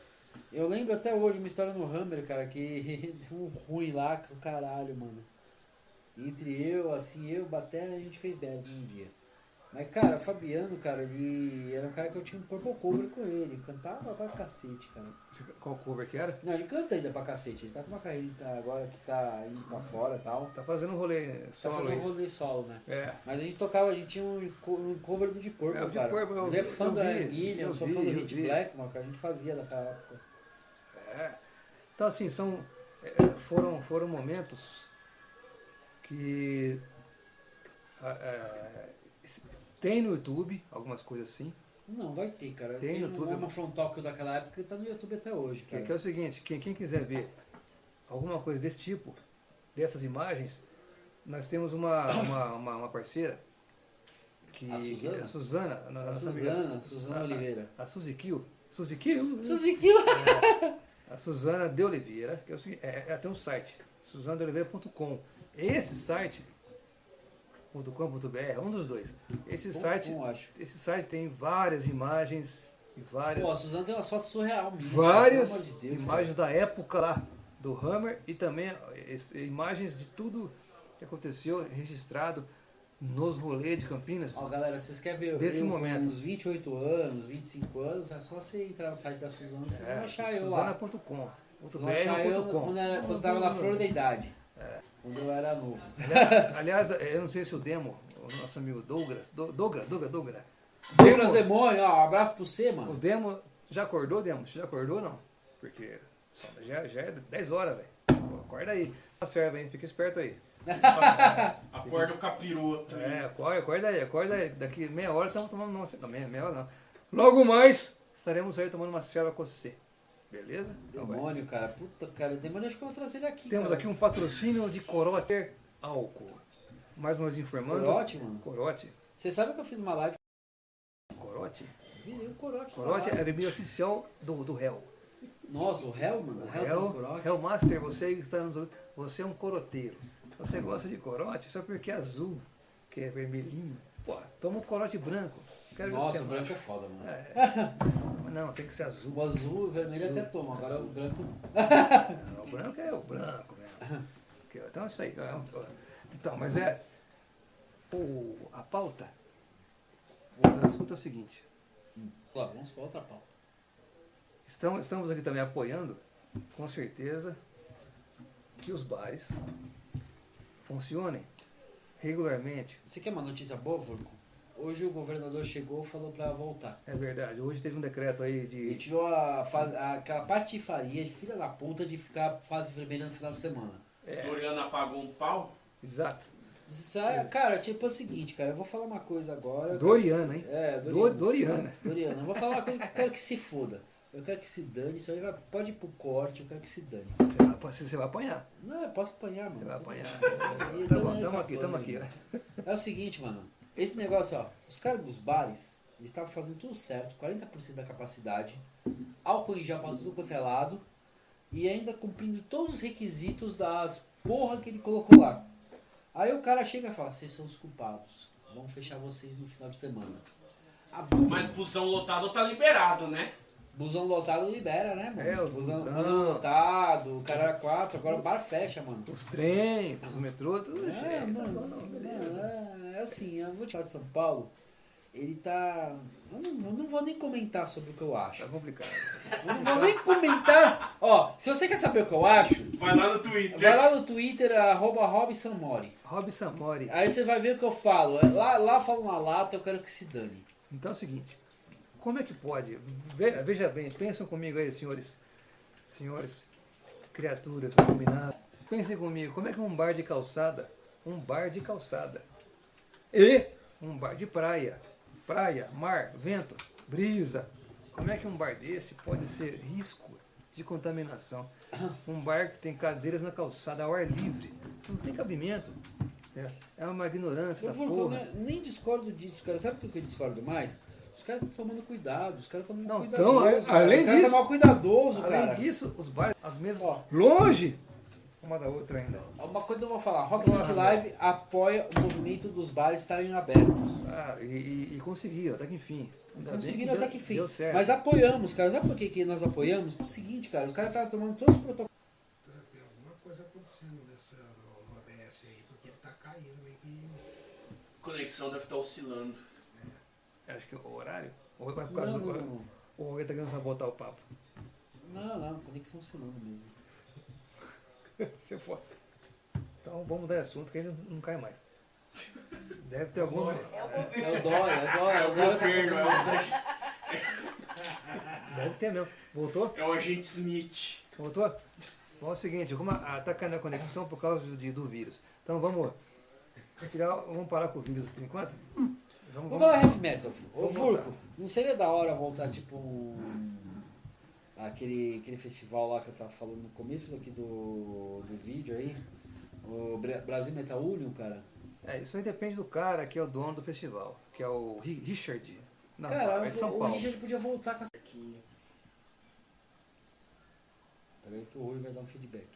Eu lembro até hoje uma história no Hammer, cara, que deu um ruim lá do caralho, mano. Entre eu, assim, eu, Batera, a gente fez bad um dia. Mas, cara, o Fabiano, cara, ele era um cara que eu tinha um purple cover com ele. Cantava pra cacete, cara. Qual cover que era? Não, ele canta ainda pra cacete. Ele tá com uma carreira tá, agora que tá indo pra fora e tal. Tá fazendo um rolê Tá solo fazendo aí. um rolê solo, né? É. Mas a gente tocava, a gente tinha um, co- um cover do Deep Purple, É, o Deep cara. Purple, eu- ele é fã eu da vi, Guilherme, eu eu sou vi, fã do eu Hit vi. Black, mano, que a gente fazia daquela época. É. Então, assim, são, é, foram, foram momentos que é, é, tem no YouTube algumas coisas assim, Não, vai ter, cara. Tem Tem, no um YouTube. Mama From Tokyo daquela época que tá no YouTube até hoje, que, cara. que é o seguinte, quem, quem quiser ver alguma coisa desse tipo, dessas imagens, nós temos uma, uma, uma, uma parceira, que A Suzana? a Suzana, a A nossa Suzana, amiga, Suzana a- Oliveira. A Suzy Kill, Suzy Kill, Suzy Kill. a Suzana de Oliveira, que é o seguinte, é, é, tem um site, suzana de oliveira ponto com. Esse site, .com.br, um dos dois. Esse site, Bom, acho. esse site tem várias imagens e várias, Pô, a Suzana tem umas fotos surreal, minha, várias cara, pelo amor de Deus, imagens da época lá do Hammer e também es- imagens de tudo que aconteceu registrado nos rolês de Campinas. Ó, galera, vocês querem ver Desse eu momento. com uns vinte e oito anos, vinte e cinco anos, é só você entrar no site da Suzana, vocês vão achar eu lá. Suzana ponto com. Vocês vão achar eu quando, era, quando eu tava na flor da idade. Quando eu era novo. Aliás, eu não sei se o Demo, o nosso amigo Douglas, Do- Douglas, Douglas, Douglas. Douglas Demônio, ó, um abraço pra você, O mano. Demo, já acordou, Demo? Você já acordou não? Porque só- já, já é dez horas, velho. Pô, acorda aí. Tá certo, hein? Fica esperto aí. Acorda o capiroto. É, acorda, acorda aí, acorda aí. Daqui meia hora estamos tomando uma. Não, meia, meia hora não. Logo mais estaremos aí tomando uma selva com você. Beleza? Então vai. Demônio, cara. Puta, cara. Demônio, acho que eu vou trazer ele aqui, Temos cara. aqui um patrocínio de Corote Álcool. Mais uma vez informando. Corote, mano. Corote. Você sabe que eu fiz uma live. Corote? Vi o Corote. na Corote é live. a bebida oficial do, do réu. Nossa, o Hell, mano. O Hell tem um Hell, Corote. Hellmaster, você que está nos ouvindo, você é um coroteiro. Você gosta de corote só porque é azul, que é vermelhinho. Pô, toma um corote branco. Quero ver Nossa, se o você branco é acha. foda, mano. É. Não, tem que ser azul. O azul e o vermelho até toma, agora o branco. Não, o branco é o branco mesmo. Porque, então é isso aí. Então, mas é. O, a pauta. Voltando ao assunto é o seguinte. Claro, vamos pra outra pauta. Estamos, estamos aqui também apoiando, com certeza, que os bares funcionem regularmente. Você quer uma notícia boa, Furco? Hoje o governador chegou e falou pra voltar. É verdade. Hoje teve um decreto aí Ele de. tirou a, fa- a- aquela patifaria de filha da puta de ficar fase vermelha no final de semana. Doriana apagou um pau. Exato. Sabe, cara, tipo é o seguinte, cara, eu vou falar uma coisa agora. eu quero Doriana, que hein? se- É, Do- Doriana. Doriana. Doriana. Eu vou falar uma coisa que eu quero que se foda. Eu quero que se dane, isso aí vai, pode ir pro corte, eu quero que se dane. Você vai, você você vai apanhar. Não, eu posso apanhar, mano. Você vai Tô- apanhar. Eu Tá tô bom, nem tamo com a aqui, tamo pano aqui. ainda. É o seguinte, mano. Esse negócio, ó. Os caras dos bares, eles estavam fazendo tudo certo, quarenta por cento da capacidade, álcool em gel pra tudo quanto é lado, e ainda cumprindo todos os requisitos das porra que ele colocou lá. Aí o cara chega e fala, vocês são os culpados. Vamos fechar vocês no final de semana. A Mas busão lotado tá liberado, né? busão lotado libera, né, mano? É, os busão, busão. busão lotado, o cara era quatro, agora o bar fecha, mano. Os trens, os metrôs, tudo É, cheio. Tá mano, bom, beleza. é, é assim, eu vou te falar de São Paulo, ele tá... Eu não, eu não vou nem comentar sobre o que eu acho. Tá complicado. Eu não vou nem comentar... Ó, se você quer saber o que eu acho, Vai lá no Twitter. vai lá no Twitter, arroba Robson Mori. Rob Samori. Aí você vai ver o que eu falo. Lá, lá eu falo na lata, eu quero que se dane. Então é o seguinte, como é que pode? Ve- Veja bem, pensam comigo aí, senhores, senhores, criaturas iluminadas. Pensem comigo, como é que um bar de calçada, um bar de calçada, e um bar de praia, praia, mar, vento, brisa, como é que um bar desse pode ser risco de contaminação? Um bar que tem cadeiras na calçada ao ar livre, não tem cabimento. É, é uma ignorância Eu da vou, porra. eu nem discordo disso, cara. Sabe o que eu discordo mais? Os caras estão tomando cuidado, os caras estão Não, cuidadoso. tão- cara. além os caras disso- estão mal cuidadoso, Além cara. disso, os bares, as mesas Ó. longe uma da outra ainda. Uma coisa eu vou falar, Rock Night Porra, Live apoia o movimento dos bares estarem abertos. Ah, e, e, e conseguiram, até que enfim. Ainda bem Conseguiram deu- até que fim. Deu certo. Mas apoiamos, cara. Sabe por que, que nós apoiamos? O seguinte, cara, os caras estavam tomando todos os protocolos. Tem alguma coisa acontecendo nessa, no, no A B S aí, porque ele tá caindo meio que. A conexão deve estar oscilando. Acho que o horário? Ou vai por causa Não, do. não, não. Ou alguém tá querendo sabotar o papo? Não, não, conexão funcionando mesmo. Você for. Então vamos mudar de assunto que aí não, não cai mais. Deve ter algum. É o governo. É o Dória, é o Dória. É o governo, é o, Deve ter mesmo. Voltou? é o agente Smith. Voltou? Bom, é o seguinte, como a, tá caindo a conexão por causa de, do vírus. Então vamos tirar, vamos parar com o vírus por enquanto? Vamos, Vamos vamos- falar heavy metal. Ô, Vamos Furco, voltar. não seria da hora voltar, tipo, um- aquele, aquele festival lá que eu tava falando no começo aqui do, do vídeo aí? O Bra- Brasil Metal Union, cara. É, isso aí depende do cara que é o dono do festival, que é o Ri- Richard. Não, cara, é de São o Paulo. Richard podia voltar com essa aqui. Peraí que o Rui vai dar um feedback.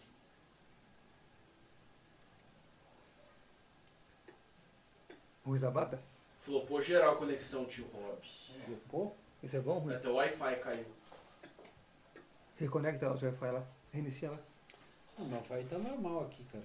Ruiz Abata? Flopou geral a conexão, tio Rob. Pô, Isso é bom, Rui? Até o Wi-Fi caiu. Reconecta lá o seu Wi-Fi lá. Reinicia lá. o meu Wi-Fi tá normal aqui, cara.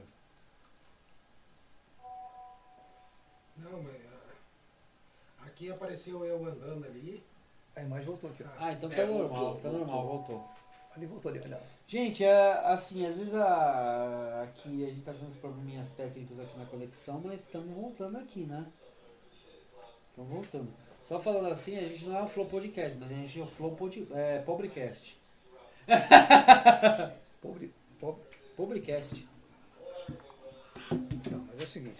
Não, mas ah, aqui apareceu eu andando ali. A imagem voltou aqui, ó. Ah, então tá É, normal, voltou, tá voltou. normal, voltou. Ali voltou ali, olha lá. Gente, é, assim, às vezes a, aqui a gente tá com uns probleminhas técnicos aqui na conexão, mas estamos voltando aqui, né? Estamos voltando. Só falando assim, a gente não é o Flow Podcast, mas a gente é o Flow Pod, é, Pobrecast. Pobre, pobre. Pobrecast. Não, mas é o seguinte.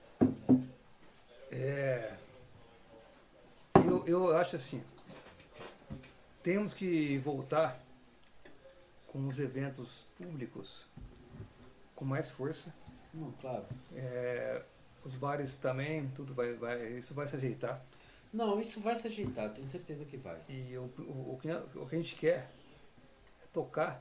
É, eu, eu acho assim. Temos que voltar com os eventos públicos com mais força. Não, claro. É, os bares também, tudo vai, vai, isso vai se ajeitar. Não, isso vai se ajeitar, tenho certeza que vai. E o, o, o, que, o que a gente quer é tocar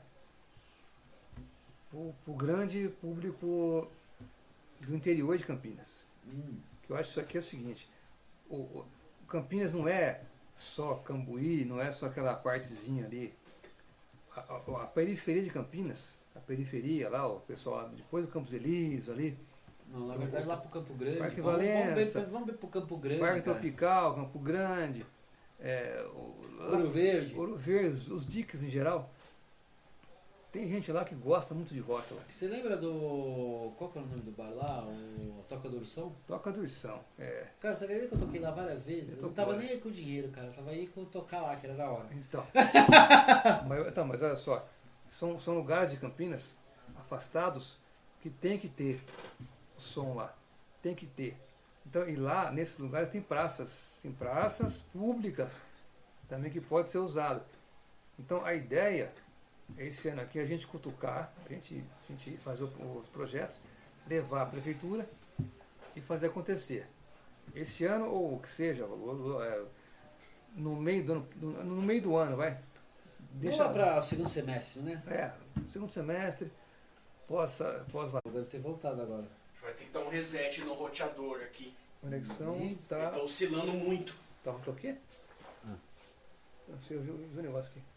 pro, pro grande público do interior de Campinas. Hum, Que eu acho isso aqui é o seguinte, o, o Campinas não é só Cambuí, não é só aquela partezinha ali. A, a- a periferia de Campinas, a periferia lá, o pessoal lá depois do Campos Elíseos ali, não, na verdade lá pro Campo Grande. Parque vamos, vamos, Valença. ver, vamos ver pro Campo Grande, Parque cara. Tropical, Campo Grande, é, o, lá- Ouro Verde. Ouro Verde, os, os diques em geral. Tem gente lá que gosta muito de rock lá. Você lembra do... Qual que é o nome do bar lá? O Toca do Ursão? Toca do Ursão, é. Cara, você acredita que eu toquei lá várias vezes? Você Eu não tocou, tava né? nem aí com dinheiro, cara. Eu tava aí com tocar lá, que era da hora. Então. mas, então, mas olha só, são, são lugares de Campinas afastados que tem que ter o som lá. Tem que ter. Então, e lá, nesses lugares, tem praças. Tem praças públicas também que pode ser usado. Então, a ideia, esse ano aqui, é a gente cutucar, a gente, a gente fazer o- os projetos, levar a prefeitura e fazer acontecer. Esse ano, ou o que seja, ou- ou, é, no meio do ano, no, no meio do ano, vai. Deixa lá para o segundo semestre, né? É, segundo semestre, pós, pós Deve ter voltado agora. A gente vai ter que dar um reset no roteador aqui. conexão, Uhum. tá. Tá oscilando muito. Tá, tá o quê? Ah. Não sei, eu vi, eu vi um negócio aqui.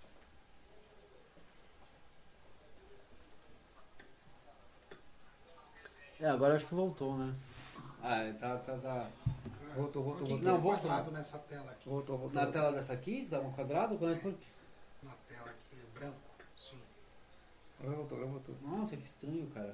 É, agora acho que voltou, né? Ah, tá, tá, tá. Voltou, voltou, O que que voltou. tem Não, um voltou. quadrado nessa tela aqui? Voltou, voltou. Na tela dessa aqui, que dá um quadrado? Como é que- Na tela aqui, é branco. Sim. Agora voltou, agora voltou. Nossa, que estranho, cara.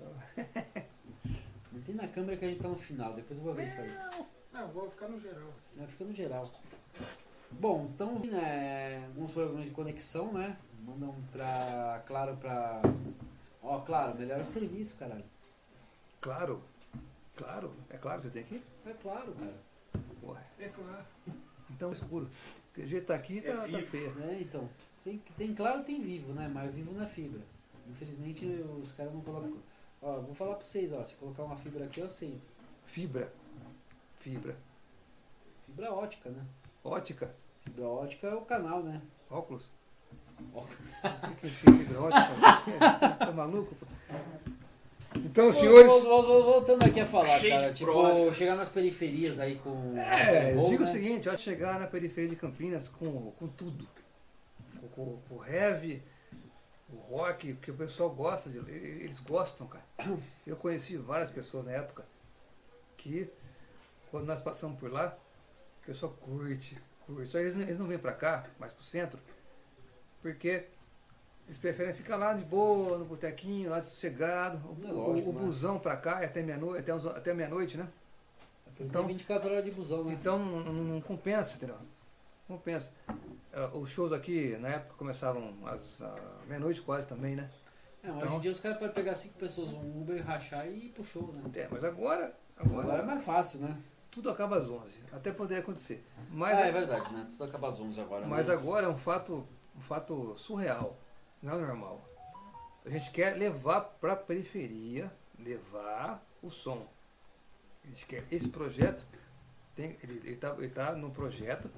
Não tem na câmera que a gente tá no final, depois eu vou ver isso aí. Não, eu vou ficar no geral aqui. É, fica no geral. Bom, então, né, alguns problemas de conexão, né? Mandam pra. Claro, pra. Ó, claro, melhora o serviço, caralho. Claro, claro, é claro, você tem que. É claro, cara. Porra. É claro. Então escuro. Porque o jeito tá aqui, tá, É tá vivo. feio. É, então. Tem, tem claro, tem vivo, né? Mas vivo na fibra. Infelizmente os caras não colocam. Ó, vou falar pra vocês, ó. Se colocar uma fibra aqui, eu aceito. Fibra. Fibra. Fibra ótica, né? Ótica. Fibra ótica é o canal, né? Óculos. Ó. O que que é fibra ótica? Tá maluco? pô? Então, senhores. Vol- vol- vol- Voltando aqui a falar, Cheio cara. de Tipo, prosa. chegar nas periferias aí com. É, com eu voo, digo né? o seguinte, ó, chegar na periferia de Campinas com, com tudo. Com, com, com o heavy, o rock, porque o pessoal gosta de. Eles gostam, cara. Eu conheci várias pessoas na época que, quando nós passamos por lá, O pessoal curte, curte. Só eles, não- eles não vêm pra cá, mais pro centro, porque eles preferem ficar lá de boa, no botequinho, lá sossegado. O, É o- lógico, o né? busão pra cá é até meia-noite, até, uns- até meia-noite, né? Porque Então- tem vinte e quatro horas de busão, né? Então não, não- não compensa, entendeu? Não compensa. Ah, os shows aqui, na época, começavam às ah, meia-noite quase também, né? É, hoje então- em dia os caras podem pegar cinco pessoas, um Uber, rachar e ir pro show, né? É, mas agora, agora, Agora é mais fácil, né? tudo acaba às onze. Até poder acontecer. Mas, ah, é verdade, né? Tudo acaba às onze agora, mas né? agora é um fato, um fato surreal. Não é normal. A gente quer levar para a periferia, levar o som. A gente quer esse projeto. Tem, ele está ele tá no projeto.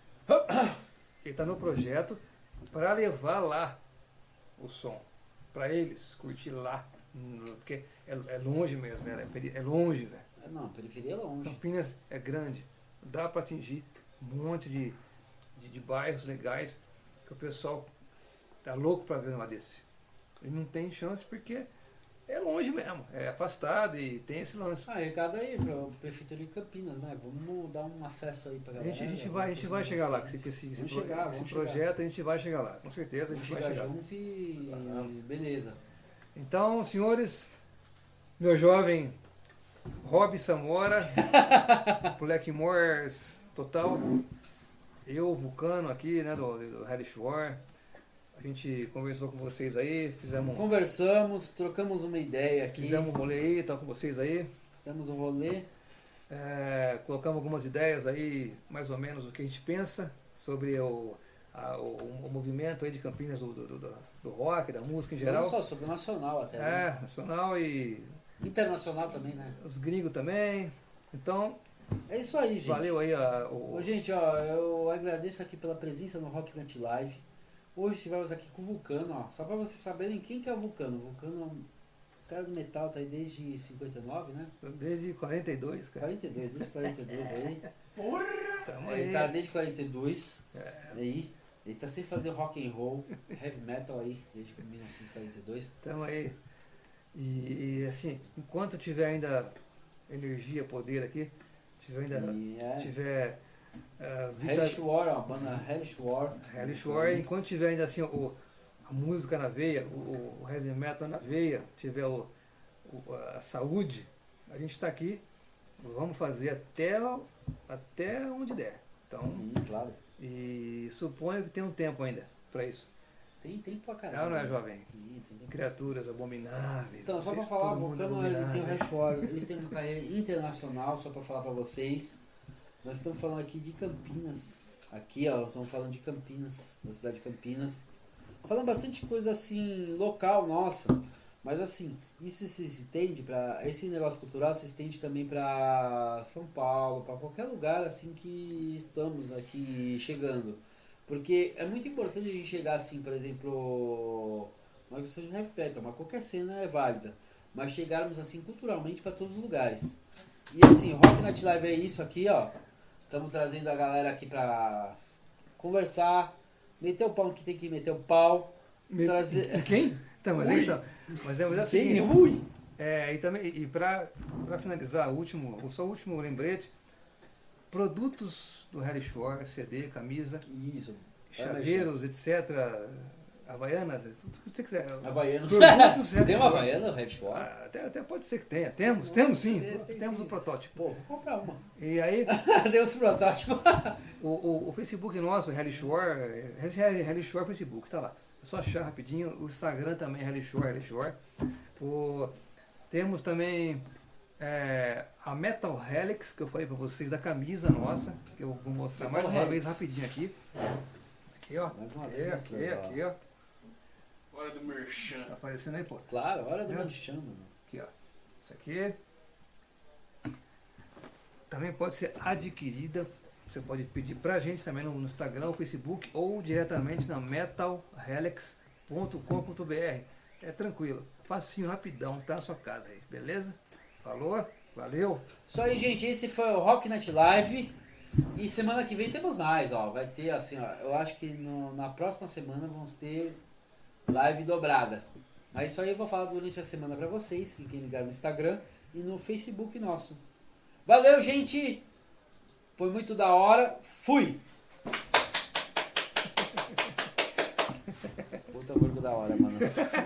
Ele está no projeto para levar lá o som. Para eles curtir lá. no- Porque é, é longe mesmo, é, peri- é longe, velho. É, não, periferia é longe. Campinas é grande, dá para atingir um monte de, de, de bairros legais que o pessoal tá louco para ver uma desse. E não tem chance porque é longe mesmo, é afastado e tem esse lance. Ah, recado aí pro prefeito de Campinas, né? Vamos dar um acesso aí pra A galera. gente, a gente vamos vai, a gente fazer vai um chegar lá, negócio, com esse, com esse, Vamos pro- chegar, esse vamos projeto, a gente vai chegar lá, com certeza a Vamos gente vai chegar chegar. junto e... Vamos. Beleza. Então, senhores, meu jovem Rob Samora, Blackmores total, eu, Vulcano aqui, né, do, do Harry Shore, a gente conversou com vocês aí, fizemos, Conversamos, trocamos uma ideia aqui. fizemos um rolê aí, tá com vocês aí, Fizemos um rolê. é, colocamos algumas ideias aí, mais ou menos o que a gente pensa sobre o, a- o, o movimento aí de Campinas do, do, do, do rock, da música em Não geral. só sobre o nacional até. né? É, nacional e Internacional também, né? os gringos também. Então, É isso aí, gente. valeu aí a, o, Ô, gente, ó, eu agradeço aqui pela presença no Rock Night Live. Hoje estivemos aqui com o Vulcano, ó. Só pra vocês saberem quem que é o Vulcano. O Vulcano é um cara do metal, tá aí desde cinquenta e nove, né? desde quarenta e dois, cara. quarenta e dois, desde quarenta e dois aí. Tamo Ele aí. tá desde quarenta e dois É. aí. Ele tá sem fazer rock and roll, heavy metal aí, desde mil novecentos e quarenta e dois. Tamo aí. E, e, assim, enquanto tiver ainda energia, poder aqui, tiver ainda E é tiver uh, vida, Hellish War, ó, a banda Hellish War. Hellish War, enquanto tiver ainda assim o, a música na veia, o, o heavy metal na veia, tiver o, o- a saúde, a gente está aqui, vamos fazer até, o- até onde der. Então, Sim, claro. e suponho que tem um tempo ainda para isso. Tem tempo pra caramba. Não, não é, jovem? Tem, tem tempo. Criaturas abomináveis. Então, só pra vocês, falar, o todo mundo Vulcano ele tem o abominável. Hellish War, eles têm uma carreira internacional, só pra falar pra vocês. Nós estamos falando aqui de Campinas. Aqui, ó, estamos falando de Campinas, da cidade de Campinas. Falando bastante coisa assim, local, nossa. Mas assim, isso se estende para esse negócio cultural se estende também para São Paulo, para qualquer lugar assim que estamos aqui chegando. Porque é muito importante a gente chegar assim, por exemplo, não é questão de heavy metal, mas qualquer cena é válida. Mas chegarmos assim culturalmente para todos os lugares. E assim, Rock Night Live é isso aqui, ó. Estamos trazendo a galera aqui pra conversar, meter o pau no que tem que meter o pau. Me- trazer- Quem? Então, mas, é, então, mas é, mas é o Quem? seguinte, Ui! é, e também e para finalizar, o último, o só o último lembrete, produtos do Harry Shore, C D, camisa, Isso. chaveiros, etcétera, havaianas, tudo que você quiser. Havaianos. Produtos Harry Tem uma Shore. Havaiana, Red Shore? Ah, até, até pode ser que tenha. Temos, temos sim. Tem, tem temos sim. o protótipo. Pô, vou comprar uma. E aí, Deu os protótipos. o, o, o Facebook nosso, Harry Shore, é, Harry, Harry Shore Facebook, tá lá. É só achar rapidinho. O Instagram também, Harry Shore, Harry Shore. O, temos também é, a Metal Helix, que eu falei pra vocês, da camisa nossa, que eu vou mostrar Metal mais uma Helix. vez rapidinho aqui. Aqui, ó. Mais uma Aqui, vez aqui, mostrando, ó. aqui, ó. Hora do merchan. Tá aparecendo aí, pô. Claro, hora do É. merchan, mano. Aqui, ó. Isso aqui. Também pode ser adquirida. Você pode pedir pra gente também no no Instagram, no Facebook ou diretamente na metal helix ponto com ponto b r. É tranquilo, facinho, rapidão, tá na sua casa aí, beleza? Falou? Valeu? Isso aí, gente. Esse foi o Rock Night Live. E semana que vem temos mais, ó. Vai ter assim, ó. Eu acho que no- na próxima semana vamos ter live dobrada. Mas isso aí eu vou falar durante a semana pra vocês. Fiquem ligados no Instagram e no Facebook nosso. Valeu, gente! Foi muito da hora. Fui! Puta burgo da hora, mano.